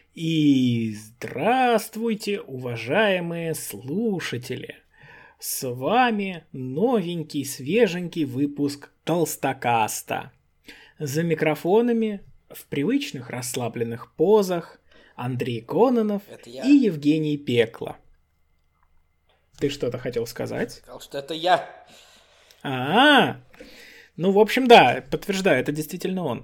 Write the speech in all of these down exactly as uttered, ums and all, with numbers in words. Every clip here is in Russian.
И здравствуйте, уважаемые слушатели! С вами новенький, свеженький выпуск Толстокаста. За микрофонами в привычных расслабленных позах Андрей Кононов и Евгений Пекло. Ты что-то хотел сказать? Сказал, что это я. А, ну, в общем, да, подтверждаю, это действительно он.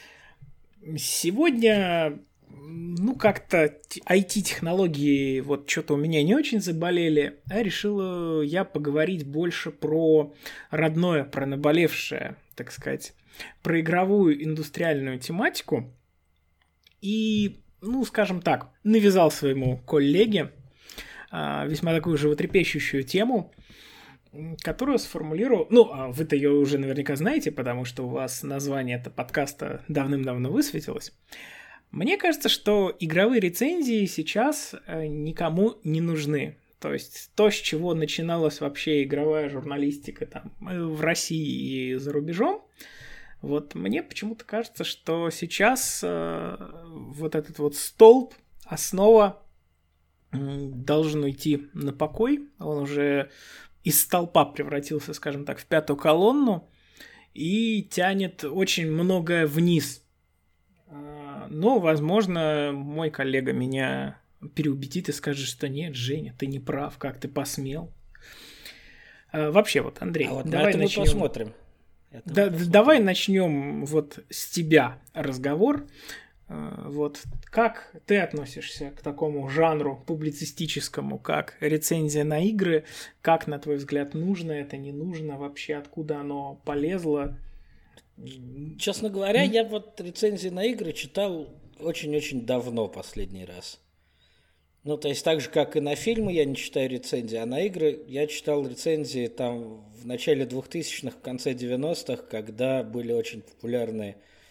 Сегодня, ну, как-то ай ти-технологии вот что-то у меня не очень заболели, а решил я поговорить больше про родное, про наболевшее, так сказать, про игровую индустриальную тематику. И, ну, скажем так, навязал своему коллеге а, весьма такую животрепещущую тему, которую сформулировал... Ну, а вы-то ее уже наверняка знаете, потому что у вас название этого подкаста давным-давно высветилось. Мне кажется, что игровые рецензии сейчас никому не нужны. То есть то, с чего начиналась вообще игровая журналистика там, в России и за рубежом, вот мне почему-то кажется, что сейчас э, вот этот вот столб, основа э, должен уйти на покой. Он уже из столпа превратился, скажем так, в пятую колонну и тянет очень многое вниз. Но, возможно, мой коллега меня переубедит и скажет, что нет, Женя, ты не прав, как ты посмел. Вообще, вот, Андрей, а вот давай на это начнем. Мы посмотрим. Это Да, мы посмотрим. Давай начнем вот с тебя разговор. Вот как ты относишься к такому жанру публицистическому, как рецензия на игры? Как, на твой взгляд, нужно это, не нужно? Вообще, откуда оно полезло? Честно говоря, я вот рецензии на игры читал очень-очень давно последний раз. Ну, то есть так же, как и на фильмы я не читаю рецензии, а на игры я читал рецензии там в начале двухтысячных, в конце девяностых, когда были очень популярны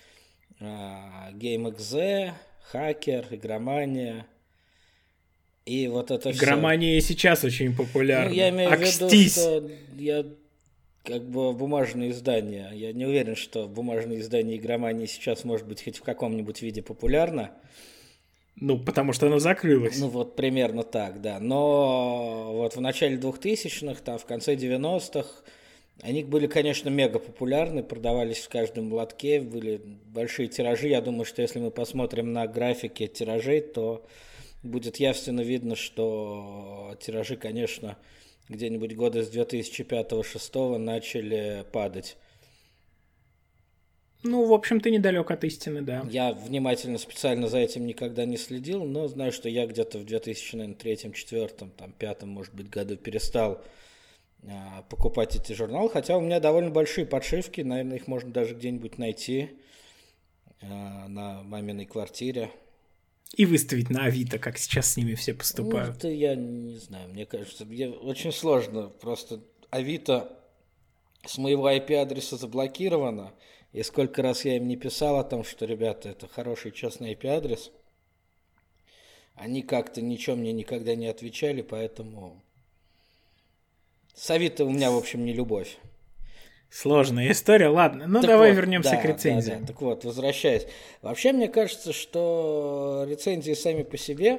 GameXZ, Hacker, Игромания. И вот это все. Игромания и сейчас очень популярна. Ну, я имею Акстись. в виду, что я как бы бумажные издания. Я не уверен, что бумажные издания Игромании сейчас может быть хоть в каком-нибудь виде популярно. Ну, потому что оно закрылось. Ну, вот примерно так, да. Но вот в начале двухтысячных, там, в конце девяностых они были, конечно, мега популярны, продавались в каждом лотке, были большие тиражи. Я думаю, что если мы посмотрим на графики тиражей, то будет явственно видно, что тиражи, конечно, где-нибудь года с две тысячи пятого — две тысячи шестого начали падать. Ну, в общем, ты недалек от истины, да. Я внимательно, специально за этим никогда не следил, но знаю, что я где-то в две тысячи третьем, четвёртом, там, пятом, может быть, году перестал а, покупать эти журналы, хотя у меня довольно большие подшивки, наверное, их можно даже где-нибудь найти а, на маминой квартире. И выставить на Авито, как сейчас с ними все поступают. Ну, это я не знаю, мне кажется, мне очень сложно, просто Авито с моего ай пи-адреса заблокировано. И сколько раз я им не писал о том, что, ребята, это хороший, честный ай пи-адрес, они как-то ничего мне никогда не отвечали, поэтому с Авито у меня, в общем, не любовь. Сложная история, ладно. Ну, так давай вот, вернемся да, к рецензиям. Да, да. Так вот, возвращаясь. Вообще, мне кажется, что рецензии сами по себе,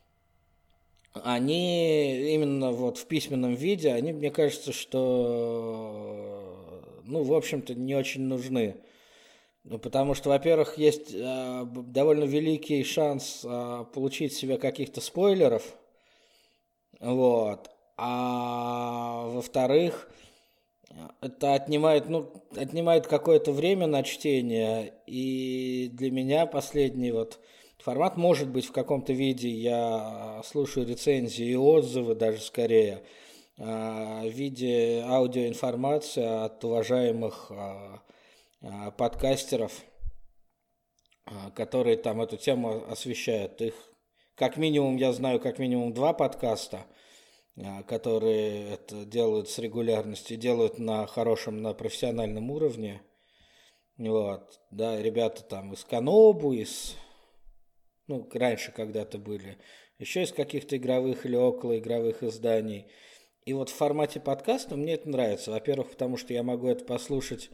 они именно вот в письменном виде, они, мне кажется, что... ну, в общем-то, не очень нужны. Ну, потому что, во-первых, есть э, довольно великий шанс э, получить себе каких-то спойлеров. Вот. А во-вторых, это отнимает, ну, отнимает какое-то время на чтение. И для меня последний вот формат, может быть, в каком-то виде я слушаю рецензии и отзывы даже скорее, в виде аудиоинформации от уважаемых подкастеров, которые там эту тему освещают. Их, как минимум, я знаю как минимум два подкаста, которые это делают с регулярностью, делают на хорошем, на профессиональном уровне. Вот. Да, ребята там из Канобу, из... ну, раньше когда-то были, еще из каких-то игровых или околоигровых изданий. И вот в формате подкаста мне это нравится. Во-первых, потому что я могу это послушать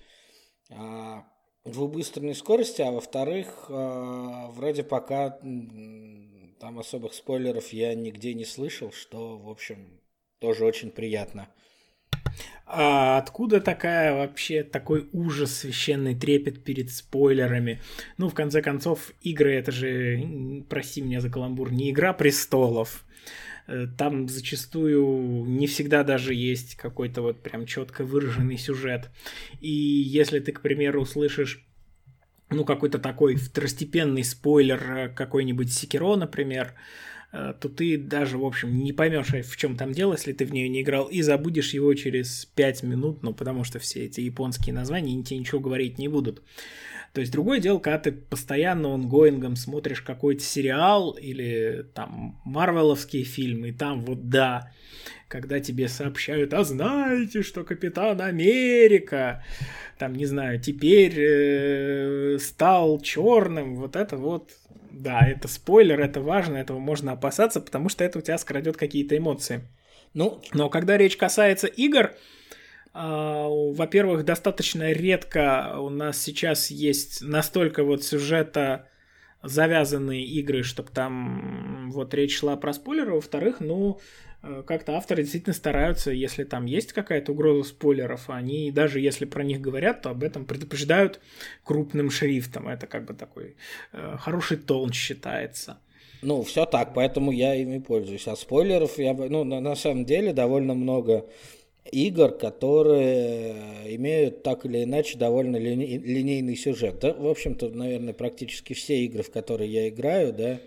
а, в убыстренной скорости, а во-вторых, а, вроде пока там особых спойлеров я нигде не слышал, что, в общем, тоже очень приятно. А откуда такая вообще такой ужас, священный трепет перед спойлерами? Ну, в конце концов, игры это же, прости меня за каламбур, не «Игра престолов». Там зачастую не всегда даже есть какой-то вот прям четко выраженный сюжет. И если ты, к примеру, услышишь ну, какой-то такой второстепенный спойлер какой-нибудь Секиро, например, то ты даже, в общем, не поймешь, в чем там дело, если ты в нее не играл, и забудешь его через пять минут, ну, потому что все эти японские названия тебе ничего говорить не будут. То есть другое дело, когда ты постоянно онгоингом смотришь какой-то сериал или там марвеловские фильмы, и там вот да, когда тебе сообщают, а знаете, что Капитан Америка, там, не знаю, теперь э, стал черным, вот это вот, да, это спойлер, это важно, этого можно опасаться, потому что это у тебя скрадет какие-то эмоции. Ну, но когда речь касается игр, во-первых, достаточно редко у нас сейчас есть настолько вот сюжета завязанные игры, чтобы там вот речь шла про спойлеры. Во-вторых, ну, как-то авторы действительно стараются, если там есть какая-то угроза спойлеров, они даже если про них говорят, то об этом предупреждают крупным шрифтом. Это как бы такой э, хороший тон считается. Ну, все так, поэтому я ими пользуюсь. А спойлеров, я, ну, на, на самом деле довольно много игр, которые имеют так или иначе довольно лини- линейный сюжет. Да, в общем-то, наверное, практически все игры, в которые я играю, да,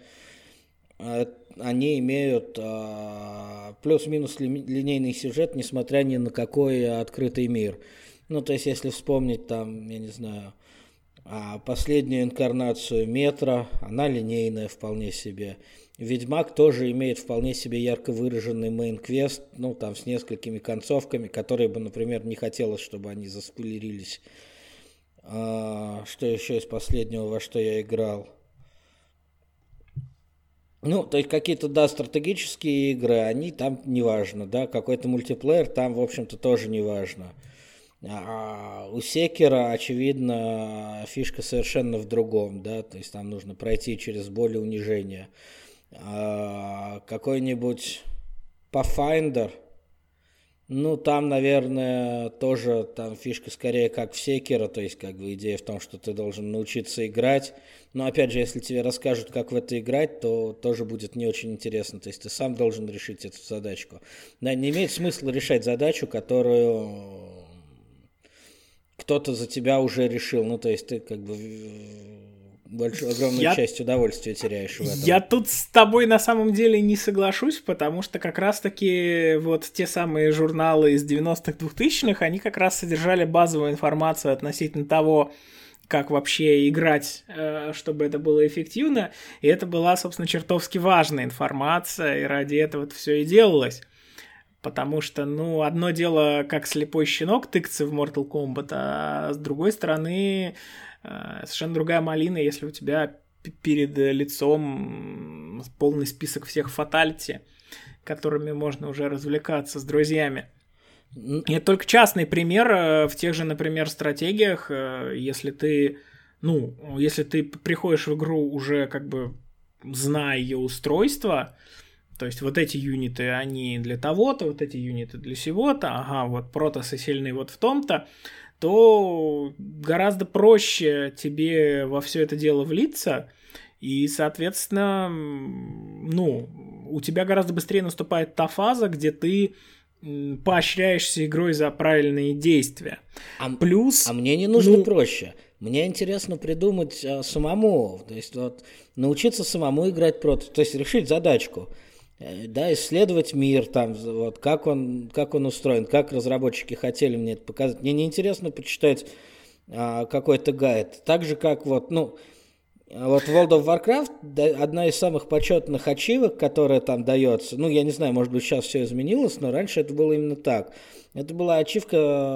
они имеют а, плюс-минус ли- линейный сюжет, несмотря ни на какой открытый мир. Ну, то есть, если вспомнить там, я не знаю, последнюю инкарнацию Метро, она линейная вполне себе. Ведьмак тоже имеет вполне себе ярко выраженный мейн-квест, ну, там, с несколькими концовками, которые бы, например, не хотелось, чтобы они заспойлерились. А, что еще из последнего, во что я играл? Ну, то есть, какие-то, да, стратегические игры, они там неважно, да, какой-то мультиплеер там, в общем-то, тоже неважно. А у Секера, очевидно, фишка совершенно в другом, да, то есть, там нужно пройти через боль и унижение. А какой-нибудь Pathfinder, ну, там, наверное, тоже там фишка скорее как в Секера, то есть, как бы идея в том, что ты должен научиться играть, но, опять же, если тебе расскажут, как в это играть, то тоже будет не очень интересно, то есть, ты сам должен решить эту задачку. Да, не имеет смысла решать задачу, которую кто-то за тебя уже решил, ну, то есть, ты как бы большую, огромную я... часть удовольствия теряешь в этом. Я тут с тобой на самом деле не соглашусь, потому что как раз-таки вот те самые журналы из девяностых, двухтысячных, они как раз содержали базовую информацию относительно того, как вообще играть, чтобы это было эффективно, и это была, собственно, чертовски важная информация, и ради этого это все и делалось. Потому что, ну, одно дело, как слепой щенок тыкаться в Mortal Kombat, а с другой стороны, совершенно другая малина, если у тебя перед лицом полный список всех фаталити, которыми можно уже развлекаться с друзьями. И это только частный пример в тех же, например, стратегиях, если ты, ну, если ты приходишь в игру уже как бы зная ее устройство, то есть вот эти юниты, они для того-то, вот эти юниты для сего-то, ага, вот протасы сильны вот в том-то, то гораздо проще тебе во все это дело влиться, и, соответственно, ну, у тебя гораздо быстрее наступает та фаза, где ты поощряешься игрой за правильные действия. А, Плюс... А мне не нужно ну, проще. Мне интересно придумать а, самому, то есть вот научиться самому играть против, то есть решить задачку. Да, исследовать мир, там, вот, как он, как он устроен, как разработчики хотели мне это показать. Мне неинтересно почитать а, какой-то гайд. Так же, как вот, ну, вот World of Warcraft, да, одна из самых почетных ачивок, которая там дается, ну, я не знаю, может быть, сейчас все изменилось, но раньше это было именно так. Это была ачивка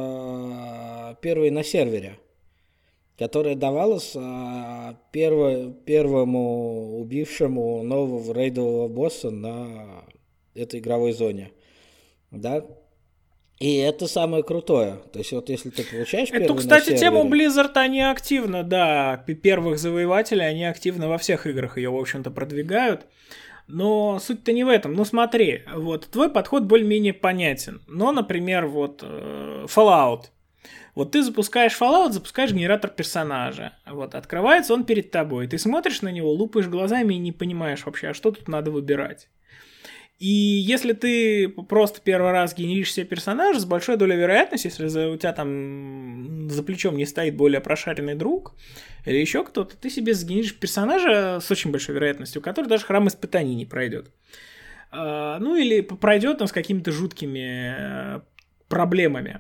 а, первой на сервере, которая давалась а, перво, первому убившему нового рейдового босса на этой игровой зоне. Да? И это самое крутое. То есть вот если ты получаешь первый Эту, кстати, на тему сервере... Blizzard, они активно, да, первых завоевателей, они активно во всех играх ее, в общем-то, продвигают. Но суть-то не в этом. Ну смотри, вот твой подход более-менее понятен. Но, например, вот Fallout. Вот ты запускаешь Fallout, запускаешь генератор персонажа. Вот, открывается он перед тобой. Ты смотришь на него, лупаешь глазами и не понимаешь вообще, а что тут надо выбирать. И если ты просто первый раз генеришь себе персонажа, с большой долей вероятности, если у тебя там за плечом не стоит более прошаренный друг или еще кто-то, ты себе сгенеришь персонажа с очень большой вероятностью, который даже храм испытаний не пройдет. Ну или пройдет он с какими-то жуткими проблемами.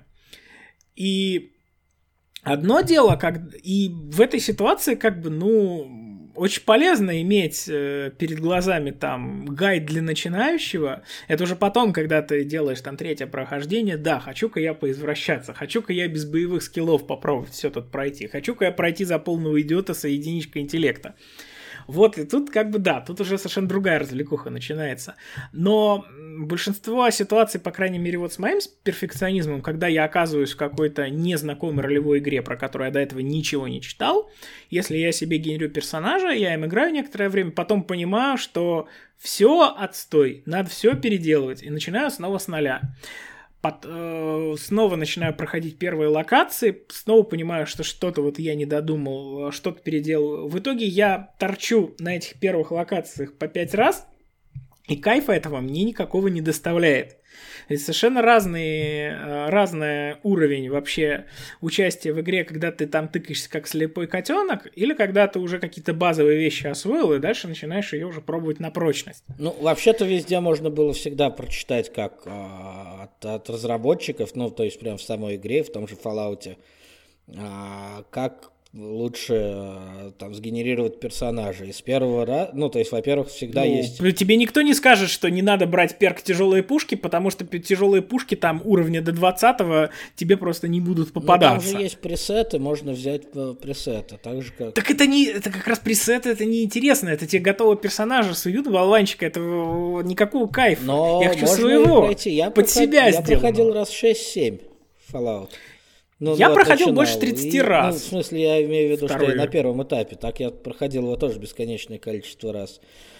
И одно дело, как и в этой ситуации, как бы, ну, очень полезно иметь э, перед глазами там гайд для начинающего. Это уже потом, когда ты делаешь там третье прохождение, да, хочу-ка я поизвращаться, хочу-ка я без боевых скиллов попробовать все тут пройти, хочу-ка я пройти за полного идиота с единичкой интеллекта. Вот, и тут как бы да, тут уже совершенно другая развлекуха начинается. Но большинство ситуаций, по крайней мере, вот с моим перфекционизмом, когда я оказываюсь в какой-то незнакомой ролевой игре, про которую я до этого ничего не читал, если я себе генерю персонажа, я им играю некоторое время, потом понимаю, что все отстой, надо все переделывать, и начинаю снова с нуля. Под, э, снова начинаю проходить первые локации, снова понимаю, что что-то вот я не додумал, что-то переделал. В итоге я торчу на этих первых локациях по пять раз, и кайфа этого мне никакого не доставляет. Это совершенно разный, разный уровень вообще участия в игре, когда ты там тыкаешься как слепой котенок, или когда ты уже какие-то базовые вещи освоил, и дальше начинаешь ее уже пробовать на прочность. Ну, вообще-то везде можно было всегда прочитать, как а, от, от разработчиков, ну, то есть прям в самой игре, в том же Fallout, а, как лучше там сгенерировать персонажа. И с первого раза, ну, то есть, во-первых, всегда ну, есть... Тебе никто не скажет, что не надо брать перк тяжелые пушки, потому что тяжелые пушки там уровня до двадцатого тебе просто не будут попадаться. Ну, там же есть пресеты, можно взять пресеты, так же как... Так это не, это как раз пресеты, это не интересно, это тебе готового персонажа суют, болванчика, это никакого кайфа. Но я хочу можно своего, пройти. Я под проход... себя я сделано. Я проходил раз шесть-семь Fallout. Ну, я вот проходил начинал. больше тридцати и, раз. Ну, в смысле, я имею в виду, Второй. что я на первом этапе. Так я проходил его тоже бесконечное количество раз.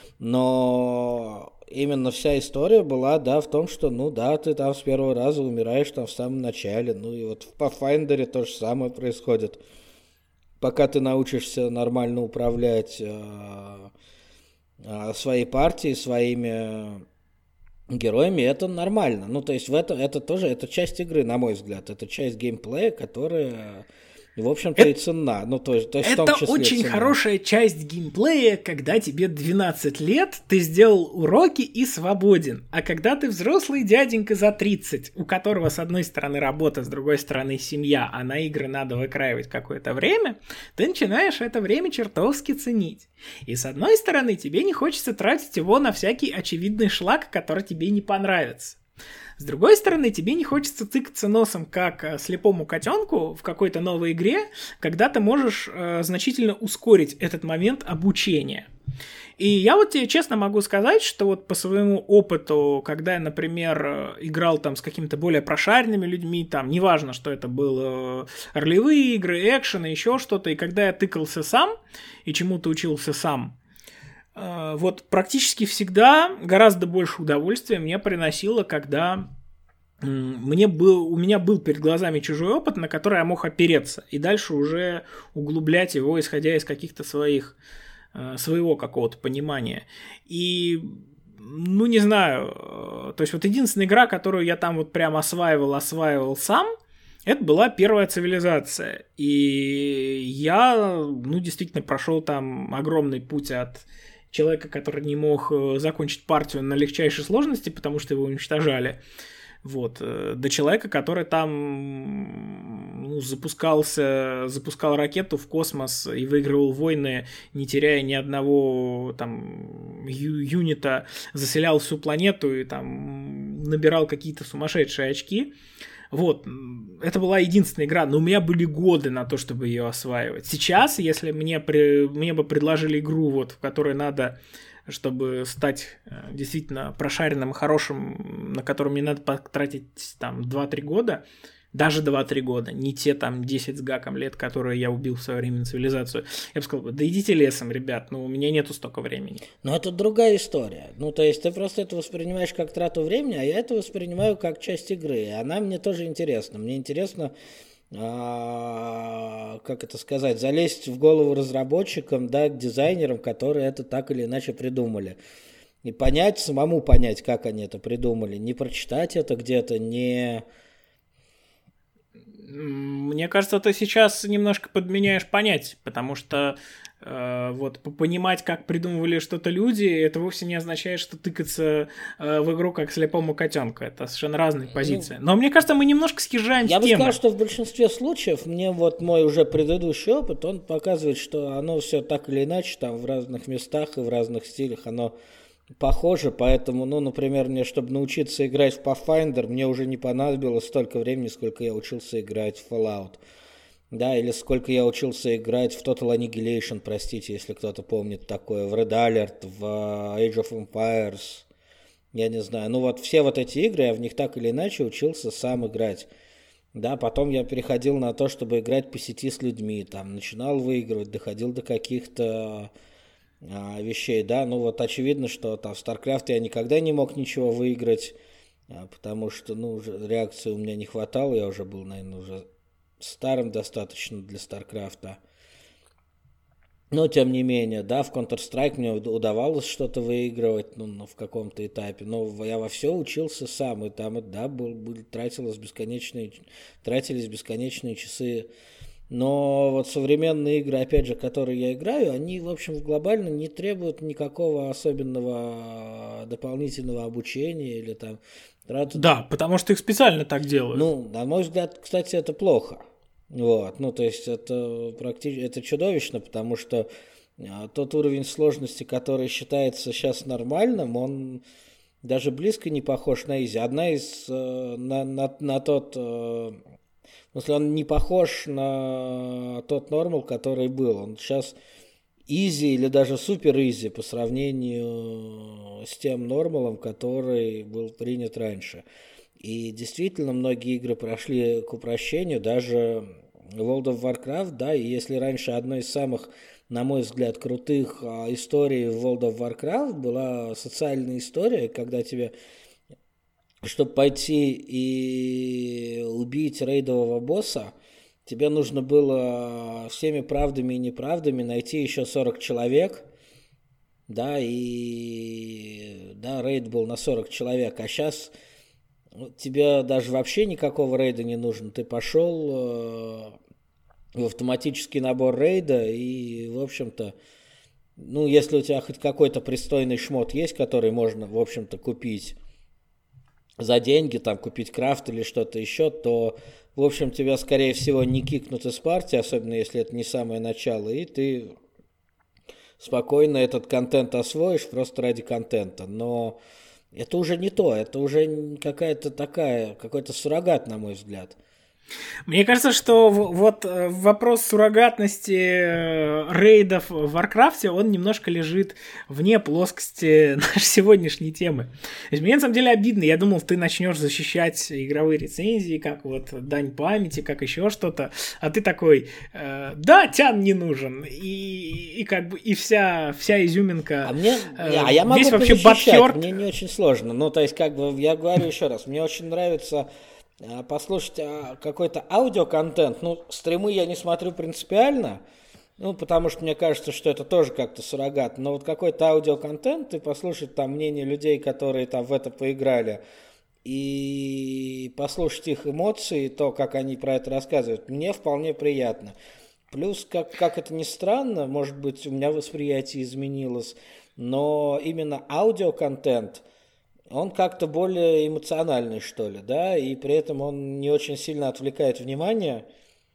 Но именно вся история была, да, в том, что, ну да, ты там с первого раза умираешь там в самом начале. Ну и вот в Pathfinder то же самое происходит. Пока ты научишься нормально управлять э, э, своей партией, своими... героями, это нормально. Ну, то есть в этом это тоже это часть игры, на мой взгляд. Это часть геймплея, которая, в общем-то, это, и ценна. Ну, то, то есть это в том числе очень ценна. хорошая часть геймплея, когда тебе двенадцать лет, ты сделал уроки и свободен. А когда ты взрослый дяденька за тридцать, у которого с одной стороны работа, с другой стороны семья, а на игры надо выкраивать какое-то время, ты начинаешь это время чертовски ценить. И с одной стороны, тебе не хочется тратить его на всякий очевидный шлак, который тебе не понравится. С другой стороны, тебе не хочется тыкаться носом, как слепому котенку в какой-то новой игре, когда ты можешь э, значительно ускорить этот момент обучения. И я вот тебе честно могу сказать, что вот по своему опыту, когда я, например, играл там с какими-то более прошаренными людьми, там, неважно, что это было, ролевые игры, экшены, еще что-то, и когда я тыкался сам и чему-то учился сам, вот практически всегда гораздо больше удовольствия мне приносило, когда мне был, у меня был перед глазами чужой опыт, на который я мог опереться, и дальше уже углублять его, исходя из каких-то своих, своего какого-то понимания. И, ну, не знаю, то есть вот единственная игра, которую я там вот прям осваивал, осваивал сам, это была первая цивилизация. И я, ну, действительно прошел там огромный путь от человека, который не мог закончить партию на легчайшей сложности, потому что его уничтожали, вот, до человека, который там, ну, запускался, запускал ракету в космос и выигрывал войны, не теряя ни одного там ю- юнита, заселял всю планету и там набирал какие-то сумасшедшие очки. Вот, это была единственная игра, но у меня были годы на то, чтобы ее осваивать. Сейчас, если мне, при, мне бы предложили игру, вот, в которой надо чтобы стать действительно прошаренным и хорошим, на котором мне надо потратить там два-три года, даже два-три года, не те там десять с гаком лет, которые я убил в свое время на цивилизацию. Я бы сказал, да идите лесом, ребят, ну у меня нету столько времени. Но это другая история. Ну, то есть ты просто это воспринимаешь как трату времени, а я это воспринимаю как часть игры. И она мне тоже интересна. Мне интересно, а, как это сказать, залезть в голову разработчикам, да, дизайнерам, которые это так или иначе придумали. И понять, самому понять, как они это придумали. Не прочитать это где-то, не... Мне кажется, ты сейчас немножко подменяешь понятие, потому что э, вот понимать, как придумывали что-то люди, это вовсе не означает, что тыкаться э, в игру как слепому котенку. Это совершенно разные позиции. Но мне кажется, мы немножко съезжаем Я с бы темы. сказал, что в большинстве случаев мне вот мой уже предыдущий опыт, он показывает, что оно все так или иначе там в разных местах и в разных стилях оно похоже, поэтому, ну, например, мне, чтобы научиться играть в Pathfinder, мне уже не понадобилось столько времени, сколько я учился играть в Fallout, да, или сколько я учился играть в Total Annihilation, простите, если кто-то помнит такое, в Red Alert, в Age of Empires, я не знаю, ну, вот все вот эти игры, я в них так или иначе учился сам играть, да, потом я переходил на то, чтобы играть по сети с людьми, там, начинал выигрывать, доходил до каких-то вещей, да, ну вот очевидно, что там в StarCraft я никогда не мог ничего выиграть, потому что, ну, уже реакции у меня не хватало, я уже был, наверное, уже старым достаточно для StarCraft. Но, тем не менее, да, в Counter-Strike мне удавалось что-то выигрывать, ну, в каком-то этапе, но я во все учился сам, и там, да, был, был, тратилось бесконечные, тратились бесконечные часы. Но вот современные игры, опять же, которые я играю, они, в общем, глобально не требуют никакого особенного дополнительного обучения или там... Да, потому что их специально так делают. Ну, на мой взгляд, кстати, это плохо. Вот, ну, то есть это практически, это чудовищно, потому что а, тот уровень сложности, который считается сейчас нормальным, он даже близко не похож на изи. Одна из, э, на, на, на тот... Э, В смысле, он не похож на тот нормал, который был. Он сейчас изи или даже супер изи по сравнению с тем нормалом, который был принят раньше. И действительно, многие игры прошли к упрощению, даже World of Warcraft, да, и если раньше одной из самых, на мой взгляд, крутых историй в World of Warcraft была социальная история, когда тебе... Чтобы пойти и убить рейдового босса, тебе нужно было всеми правдами и неправдами найти еще сорок человек, да, и, да, рейд был на сорок человек, а сейчас тебе даже вообще никакого рейда не нужно, ты пошел в автоматический набор рейда и, в общем-то, ну, если у тебя хоть какой-то пристойный шмот есть, который можно, в общем-то, купить за деньги, там, купить крафт или что-то еще, то, в общем, тебя, скорее всего, не кикнут из партии, особенно если это не самое начало, и ты спокойно этот контент освоишь просто ради контента. Но это уже не то, это уже какая-то такая, какой-то суррогат, на мой взгляд. Мне кажется, что вот вопрос суррогатности рейдов в Варкрафте, он немножко лежит вне плоскости нашей сегодняшней темы. То есть мне на самом деле обидно, я думал, ты начнешь защищать игровые рецензии, как вот дань памяти, как еще что-то, а ты такой, э, да, тян не нужен, и, и как бы и вся, вся изюминка. А мне, э, а я могу весь вообще защищать, бадхёрт. Мне не очень сложно, ну то есть как бы я говорю еще раз, мне очень нравится послушать какой-то аудиоконтент. Ну, стримы я не смотрю принципиально, ну, потому что мне кажется, что это тоже как-то суррогат. Но вот какой-то аудиоконтент и послушать там мнение людей, которые там в это поиграли, и послушать их эмоции, то, как они про это рассказывают, мне вполне приятно. Плюс, как, как это ни странно, может быть, у меня восприятие изменилось, но именно аудиоконтент, он как-то более эмоциональный, что ли, да, и при этом он не очень сильно отвлекает внимание,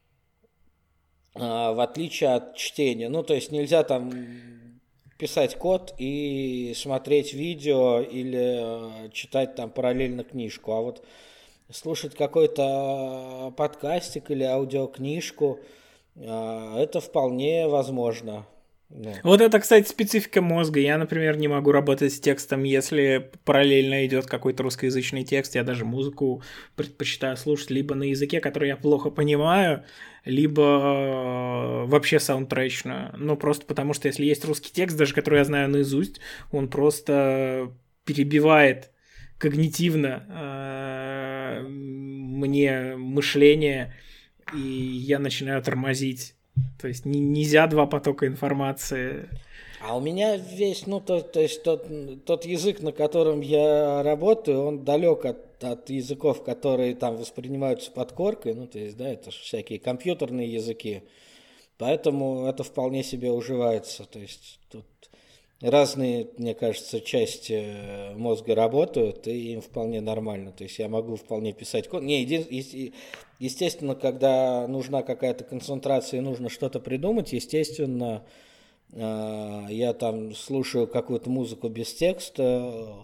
а, в отличие от чтения. Ну, то есть нельзя там писать код и смотреть видео или а, читать там параллельно книжку, а вот слушать какой-то подкастик или аудиокнижку, а, это вполне возможно. Да. Вот это, кстати, специфика мозга. Я, например, не могу работать с текстом, если параллельно идет какой-то русскоязычный текст. Я даже музыку предпочитаю слушать либо на языке, который я плохо понимаю, либо вообще саундтречную. Ну, просто потому что если есть русский текст, даже который я знаю наизусть, он просто перебивает когнитивно э, мне мышление, и я начинаю тормозить. То есть не, нельзя два потока информации. А у меня весь, ну, то, то есть тот, тот язык, на котором я работаю, он далек от, от языков, которые там воспринимаются подкоркой, ну, то есть, да, это же всякие компьютерные языки, поэтому это вполне себе уживается, то есть тут разные, мне кажется, части мозга работают, и им вполне нормально, то есть я могу вполне писать код. Не, еди... естественно, когда нужна какая-то концентрация и нужно что-то придумать, естественно, я там слушаю какую-то музыку без текста,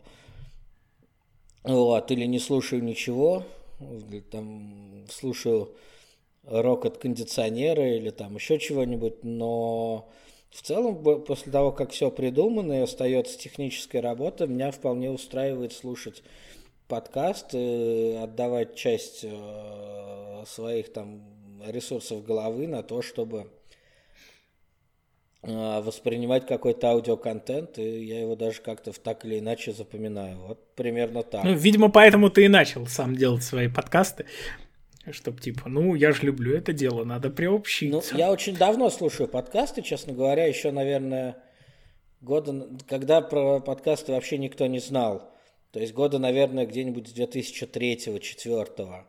вот, или не слушаю ничего, там слушаю рок от кондиционера или там еще чего-нибудь, но в целом после того, как все придумано и остается техническая работа, меня вполне устраивает слушать подкасты, отдавать часть своих там ресурсов головы на то, чтобы воспринимать какой-то аудиоконтент, и я его даже как-то так или иначе запоминаю. Вот примерно так. Ну, видимо, поэтому ты и начал сам делать свои подкасты, чтобы типа, ну, я же люблю это дело, надо приобщиться. Ну, я очень давно слушаю подкасты, честно говоря, еще, наверное, года, когда про подкасты вообще никто не знал. То есть года, наверное, где-нибудь с две тысячи третьего-две тысячи четвёртого.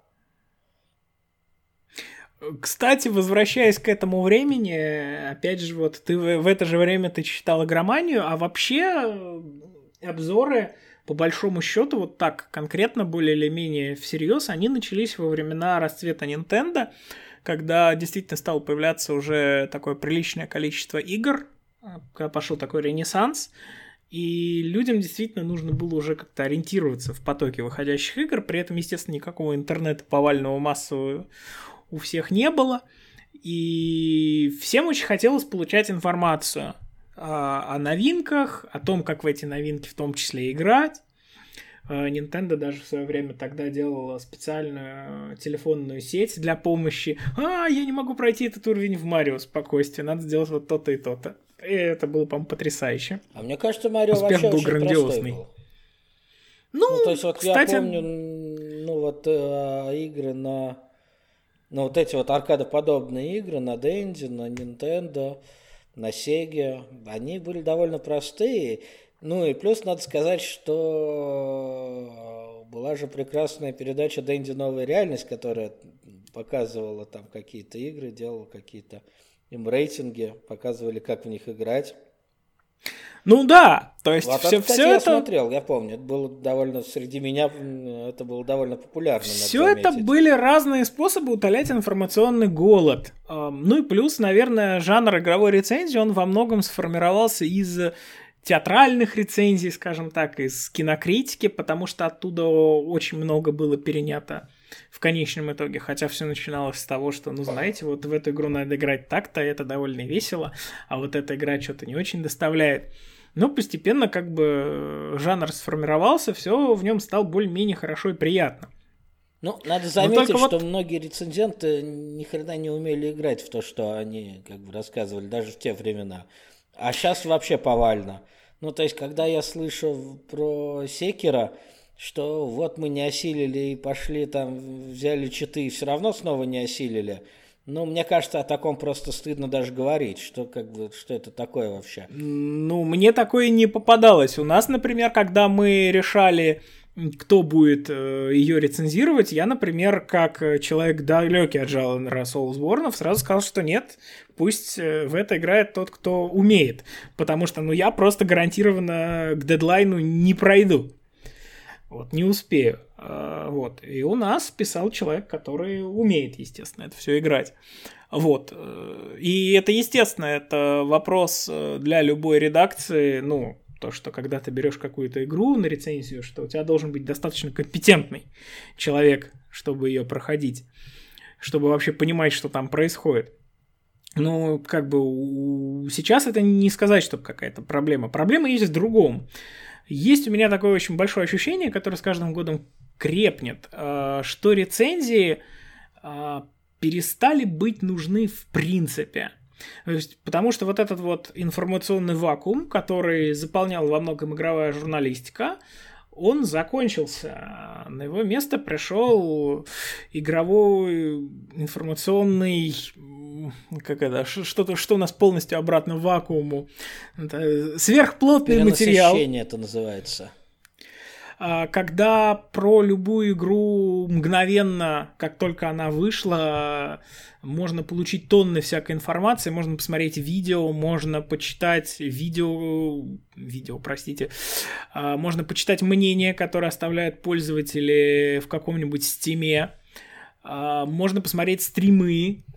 Кстати, возвращаясь к этому времени, опять же, вот ты в, в это же время ты читал игроманию, а вообще обзоры, по большому счету, вот так конкретно, более или менее всерьез, они начались во времена расцвета Nintendo, когда действительно стало появляться уже такое приличное количество игр, когда пошел такой ренессанс, и людям действительно нужно было уже как-то ориентироваться в потоке выходящих игр, при этом, естественно, никакого интернета повального массового у всех не было, и всем очень хотелось получать информацию о, о новинках, о том, как в эти новинки в том числе играть. Nintendo даже в свое время тогда делала специальную телефонную сеть для помощи. А, я не могу пройти этот уровень в Марио, спокойствие, надо сделать вот то-то и то-то. И это было, по-моему, потрясающе. А мне кажется, Марио Успех вообще был очень грандиозный. простой был. Ну, Ну, то есть вот кстати... я помню, ну вот э, игры на, ну вот эти вот аркадоподобные игры на Денди, на Nintendo, на Sega, они были довольно простые. Ну и плюс надо сказать, что была же прекрасная передача Денди «Новая реальность», которая показывала там какие-то игры, делала какие-то им рейтинги, показывали, как в них играть. Ну да, то есть вот все, это, кстати, все я это... смотрел, я помню, это было довольно, среди меня, это было довольно популярно. Все это были разные способы утолять информационный голод. Ну и плюс, наверное, жанр игровой рецензии, он во многом сформировался из театральных рецензий, скажем так, из кинокритики, потому что оттуда очень много было перенято в конечном итоге, хотя все начиналось с того, что, ну, знаете, вот в эту игру надо играть так-то, это довольно весело, а вот эта игра что-то не очень доставляет. Но постепенно как бы жанр сформировался, все в нем стало более-менее хорошо и приятно. Ну, надо заметить, что вот... многие рецензенты ни хрена не умели играть в то, что они как бы рассказывали, даже в те времена. А сейчас вообще повально. Ну, то есть, когда я слышу про Секиро, что вот мы не осилили и пошли там, взяли читы и все равно снова не осилили, ну, мне кажется, о таком просто стыдно даже говорить, что как бы, что это такое вообще. Ну, мне такое не попадалось. У нас, например, когда мы решали, кто будет э, ее рецензировать, я, например, как человек далекий от жанра Soulsborne, сразу сказал, что нет, пусть э, в это играет тот, кто умеет, потому что, ну, я просто гарантированно к дедлайну не пройду. Вот, не успею. А, вот. И у нас писал человек, который умеет, естественно, это все играть. Вот. И это, естественно, это вопрос для любой редакции, ну, то, что когда ты берешь какую-то игру на рецензию, что у тебя должен быть достаточно компетентный человек, чтобы ее проходить, чтобы вообще понимать, что там происходит. Ну, как бы у... сейчас это не сказать, что какая-то проблема. Проблема есть в другом. Есть у меня такое очень большое ощущение, которое с каждым годом крепнет, что рецензии перестали быть нужны в принципе. То есть, потому что вот этот вот информационный вакуум, который заполнял во многом игровая журналистика, он закончился. На его место пришел игровой информационный... Как это? Что-то, что у нас полностью обратно вакууму. Это сверхплотный материал. Перенасыщение это называется. Когда про любую игру мгновенно, как только она вышла, можно получить тонны всякой информации, можно посмотреть видео, можно почитать видео, видео, простите, можно почитать мнения, которые оставляют пользователи в каком-нибудь стиме, можно посмотреть стримы.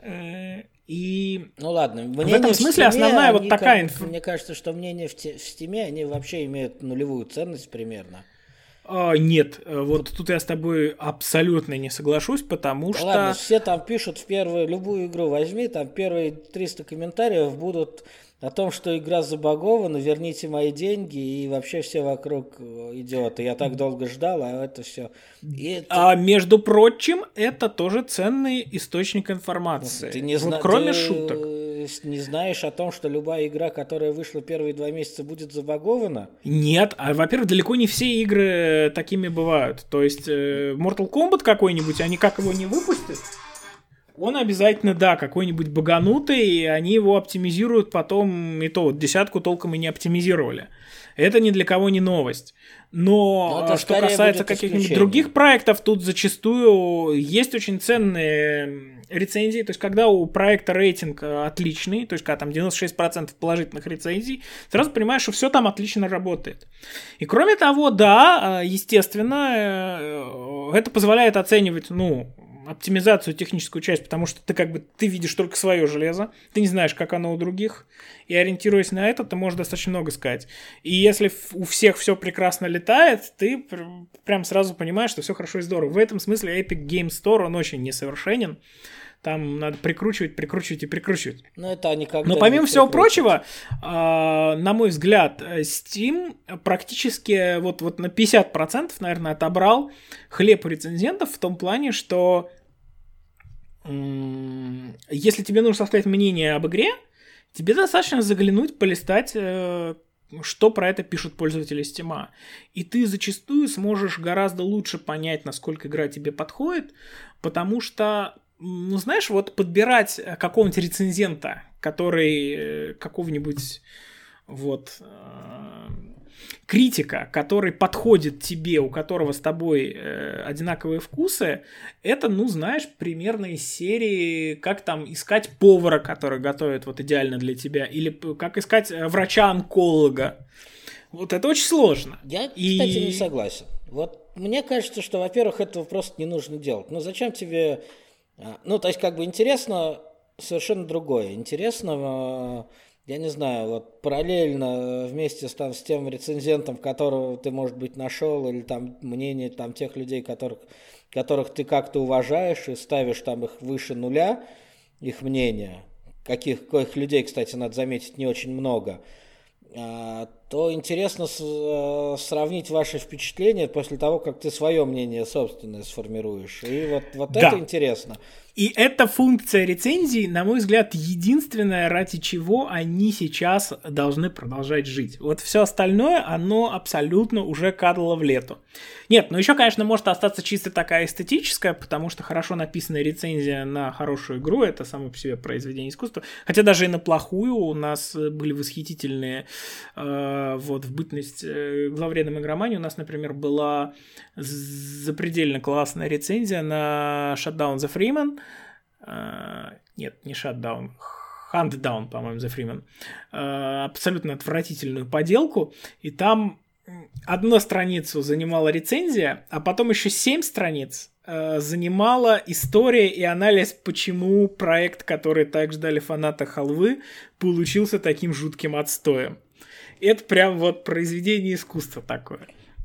И ну ладно, в этом смысле в Steam, основная вот такая информация. Мне кажется, что мнения в Steam, они вообще имеют нулевую ценность примерно. А, нет, вот тут я с тобой абсолютно не соглашусь, потому да что... Ладно, все там пишут в первую любую игру возьми, там первые триста комментариев будут о том, что игра забагована, верните мои деньги, и вообще все вокруг идиоты. Я так долго ждал, а это все... Это... А между прочим, это тоже ценный источник информации. Ты не вот зна... кроме ты шуток. Не знаешь о том, что любая игра, которая вышла первые два месяца, будет забагована? Нет, а во-первых, далеко не все игры такими бывают. То есть Mortal Kombat какой-нибудь, они как его не выпустят, он обязательно, да, какой-нибудь баганутый, и они его оптимизируют потом, и то вот десятку толком и не оптимизировали. Это ни для кого не новость. Но, Но что касается каких-нибудь других проектов, тут зачастую есть очень ценные рецензии. То есть, когда у проекта рейтинг отличный, то есть, когда там девяносто шесть процентов положительных рецензий, сразу понимаешь, что все там отлично работает. И кроме того, да, естественно, это позволяет оценивать, ну, оптимизацию, техническую часть, потому что ты как бы ты видишь только свое железо, ты не знаешь, как оно у других, и ориентируясь на это, ты можешь достаточно много сказать. И если у всех все прекрасно летает, ты прям сразу понимаешь, что все хорошо и здорово. В этом смысле Epic Game Store, он очень несовершенен. Там надо прикручивать, прикручивать и прикручивать. Но это никогда Но помимо всего прочего, на мой взгляд, Steam практически вот, вот на пятьдесят процентов, наверное, отобрал хлеб у рецензентов в том плане, что если тебе нужно составить мнение об игре, тебе достаточно заглянуть, полистать, что про это пишут пользователи Steam. И ты зачастую сможешь гораздо лучше понять, насколько игра тебе подходит, потому что, ну, знаешь, вот подбирать какого-нибудь рецензента, который какого-нибудь вот критика, который подходит тебе, у которого с тобой э, одинаковые вкусы, это, ну, знаешь, примерно из серии, как там искать повара, который готовит вот идеально для тебя, или как искать врача-онколога. Вот это очень сложно. Я, И... кстати, не согласен. Вот мне кажется, что, во-первых, этого просто не нужно делать. Ну, зачем тебе... Ну, то есть, как бы интересно совершенно другое. Интересно... Я не знаю, вот параллельно вместе с, там, с тем рецензентом, которого ты, может быть, нашел, или там мнение там, тех людей, которых, которых ты как-то уважаешь и ставишь там их выше нуля, их мнение, каких, каких людей, кстати, надо заметить, не очень много, то интересно с, сравнить ваши впечатления после того, как ты свое мнение собственное сформируешь. И вот, вот да. Это интересно. И эта функция рецензий, на мой взгляд, единственная, ради чего они сейчас должны продолжать жить. Вот все остальное, оно абсолютно уже кадло в лету. Нет, ну еще, конечно, может остаться чисто такая эстетическая, потому что хорошо написанная рецензия на хорошую игру — это само по себе произведение искусства. Хотя даже и на плохую у нас были восхитительные, э, вот, в бытность э, главредом игромании у нас, например, была запредельно классная рецензия на Shutdown the Freeman. Uh, нет, не Shutdown, Huntdown, по-моему, The Freeman. Uh, абсолютно отвратительную поделку. И там одну страницу занимала рецензия, а потом еще семь страниц uh, занимала история и анализ, почему проект, который так ждали фанаты халвы, получился таким жутким отстоем. Это прям вот произведение искусства такое.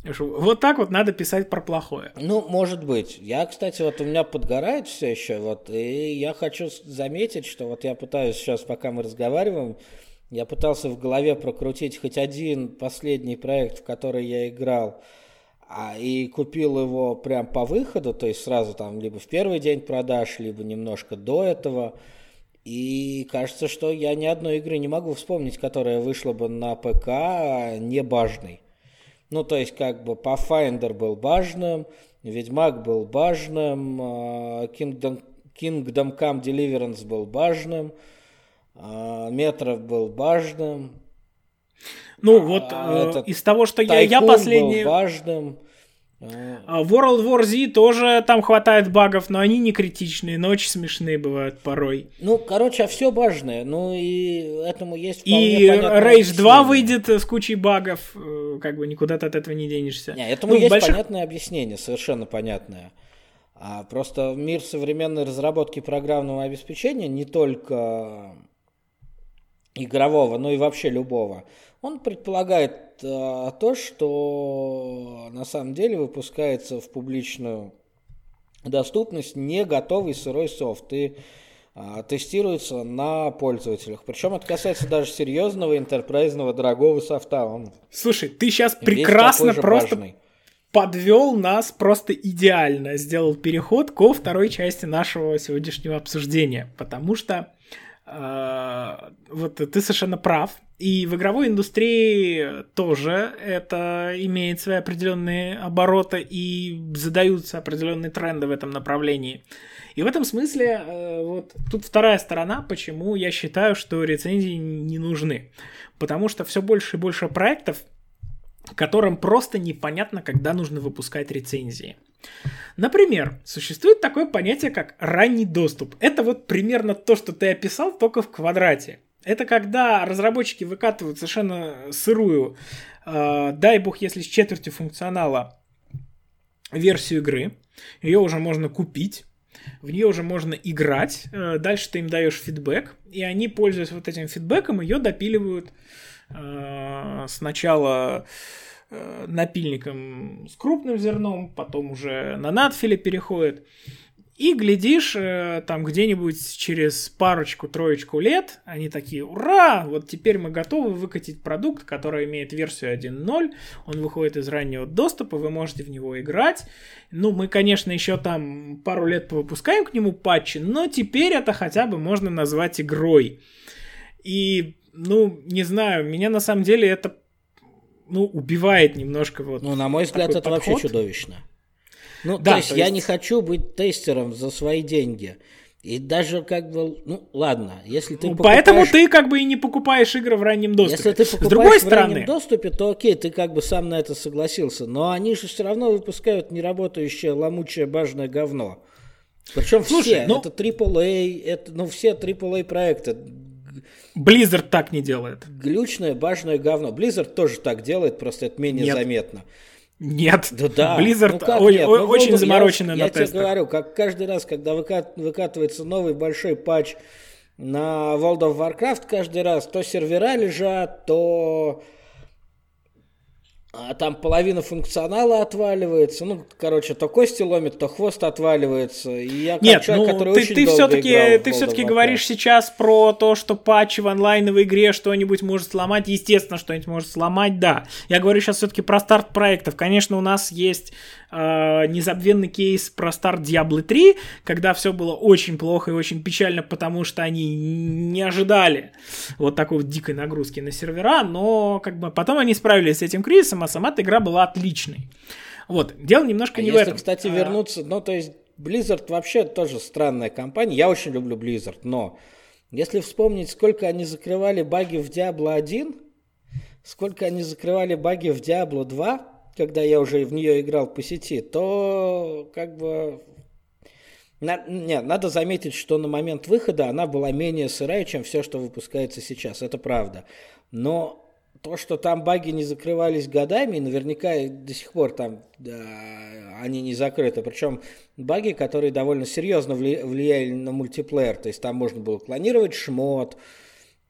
Вот так вот надо писать про плохое. Ну, может быть. Я, кстати, вот у меня подгорает все еще, вот, и я хочу заметить, что вот я пытаюсь сейчас, пока мы разговариваем, я пытался в голове прокрутить хоть один последний проект, в который я играл, а, и купил его прям по выходу, то есть сразу там либо в первый день продаж, либо немножко до этого. И кажется, что я ни одной игры не могу вспомнить, которая вышла бы на ПК не бажной. Ну, то есть, как бы, Pathfinder был бажным, Ведьмак был бажным, Kingdom, Kingdom Come Deliverance был бажным, Метро был бажным. Ну, вот а, э, из того, что я, я последний... был бажным. World War Z тоже там хватает багов, но они не критичные, но очень смешные бывают порой. Ну, короче, а все бажное, ну и этому есть вполне и Rage два выйдет с кучей багов, как бы никуда ты от этого не денешься. Не, этому ну, есть больших... понятное объяснение, совершенно понятное. А просто мир современной разработки программного обеспечения, не только игрового, но и вообще любого, он предполагает а, то, что на самом деле выпускается в публичную доступность не готовый сырой софт и а, тестируется на пользователях. Причем это касается даже серьезного интерпрайзного дорогого софта. Он Слушай, ты сейчас прекрасно просто важный. подвел нас просто идеально, сделал переход ко второй части нашего сегодняшнего обсуждения, потому что вот ты совершенно прав. И в игровой индустрии тоже это имеет свои определенные обороты и задаются определенные тренды в этом направлении. И в этом смысле вот тут вторая сторона, почему я считаю, что рецензии не нужны. Потому что все больше и больше проектов, которым просто непонятно, когда нужно выпускать рецензии. Например, существует такое понятие, как ранний доступ. Это вот примерно то, что ты описал, только в квадрате. Это когда разработчики выкатывают совершенно сырую, э, дай бог, если с четвертью функционала, версию игры. Ее уже можно купить, в нее уже можно играть. Э, дальше ты им даешь фидбэк, и они, пользуясь вот этим фидбэком, ее допиливают э, сначала напильником с крупным зерном, потом уже на надфиле переходит. И глядишь, там где-нибудь через парочку-троечку лет они такие: ура! Вот теперь мы готовы выкатить продукт, который имеет версию один ноль, он выходит из раннего доступа, вы можете в него играть. Ну, мы, конечно, еще там пару лет повыпускаем к нему патчи, но теперь это хотя бы можно назвать игрой. И, ну, не знаю, меня на самом деле это ну, убивает немножко вот. Ну, на мой взгляд, это подход. Вообще чудовищно. Ну, да, то есть то я есть... не хочу быть тестером за свои деньги. И даже как бы, ну, ладно, если ты ну, покупаешь... Поэтому ты как бы и не покупаешь игры в раннем доступе. Если ты покупаешь С другой в стороны... раннем доступе, то окей, ты как бы сам на это согласился. Но они же все равно выпускают неработающее, ломучее, бажное говно. Причем Слушай, все, ну... это трипл эй, это, ну, все трипл эй проекты. Blizzard так не делает. Глючное, бажное говно. Blizzard тоже так делает, просто это менее Нет. заметно. Нет, да, да. Blizzard ну, о- нет? о- ну, очень ну, замороченный я, на я тестах. Я тебе говорю, как каждый раз, когда выкат, выкатывается новый большой патч на World of Warcraft, каждый раз то сервера лежат, то а там половина функционала отваливается. Ну, короче, то кости ломит, то хвост отваливается. И я как Нет, человек, ну, который ты, очень ты долго все-таки, играл ты в все-таки говоришь сейчас про то, что патч в онлайновой игре что-нибудь может сломать. Естественно, что-нибудь может сломать, да. Я говорю сейчас все-таки про старт проектов. Конечно, у нас есть э, незабвенный кейс про старт Diablo три, когда все было очень плохо и очень печально, потому что они не ожидали вот такой вот дикой нагрузки на сервера, но как бы потом они справились с этим кризисом, а сама-то игра была отличной. Вот, дело немножко а не если, в этом. Кстати, вернуться, ну, то есть Blizzard вообще тоже странная компания. Я очень люблю Blizzard, но если вспомнить, сколько они закрывали баги в Diablo один, сколько они закрывали баги в Diablo два, когда я уже в нее играл по сети, то как бы... На, не, надо заметить, что на момент выхода она была менее сырая, чем все, что выпускается сейчас. Это правда. Но то, что там баги не закрывались годами, наверняка до сих пор там да, они не закрыты. Причем баги, которые довольно серьезно вли- влияли на мультиплеер. То есть там можно было клонировать шмот,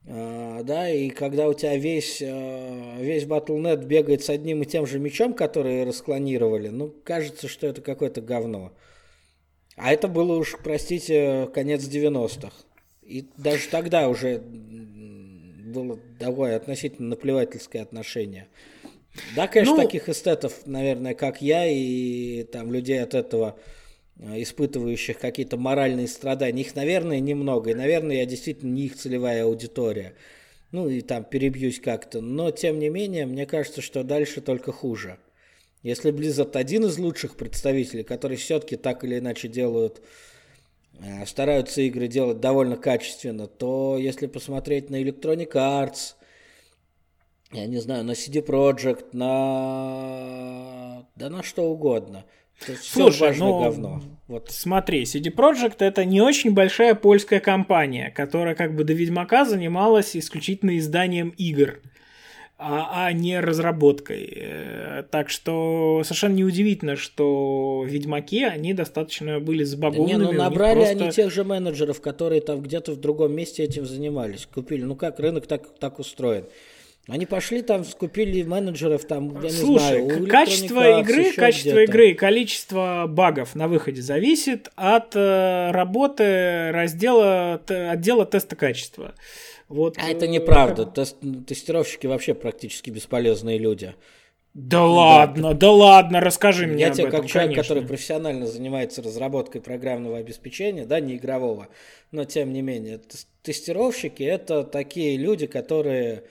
Да, и когда у тебя весь, весь батл точка нет бегает с одним и тем же мячом, который расклонировали, ну, кажется, что это какое-то говно. А это было уж, простите, конец девяностых. И даже тогда уже было такое относительно наплевательское отношение. Да, конечно, ну, таких эстетов, наверное, как я, и там людей от этого испытывающих какие-то моральные страдания, их, наверное, немного, и, наверное, я действительно не их целевая аудитория. Ну, и там перебьюсь как-то, но, тем не менее, мне кажется, что дальше только хуже. Если Blizzard один из лучших представителей, которые все-таки так или иначе делают, стараются игры делать довольно качественно, то если посмотреть на Electronic Arts, я не знаю, на си ди Projekt, на... да на что угодно. Слушай, ну, говно. Вот. Смотри, си ди Projekt это не очень большая польская компания, которая как бы до Ведьмака занималась исключительно изданием игр, а, а не разработкой. Так что совершенно неудивительно, что Ведьмаки, они достаточно были забагованными. Да не, ну набрали просто... они тех же менеджеров, которые там где-то в другом месте этим занимались. Купили, ну как, рынок так, так устроен. Они пошли там, скупили менеджеров там, я Слушай, не знаю, качество Arts, игры, качество где-то. игры и количество багов на выходе зависит от э, работы раздела отдела теста качества. Вот, а это неправда. Как... Тест, тестировщики вообще практически бесполезные люди. Да, да ладно, да ладно, расскажи мне я об тебе, этом, как человек, конечно. который профессионально занимается разработкой программного обеспечения, да, не игрового, но тем не менее, тестировщики это такие люди, которые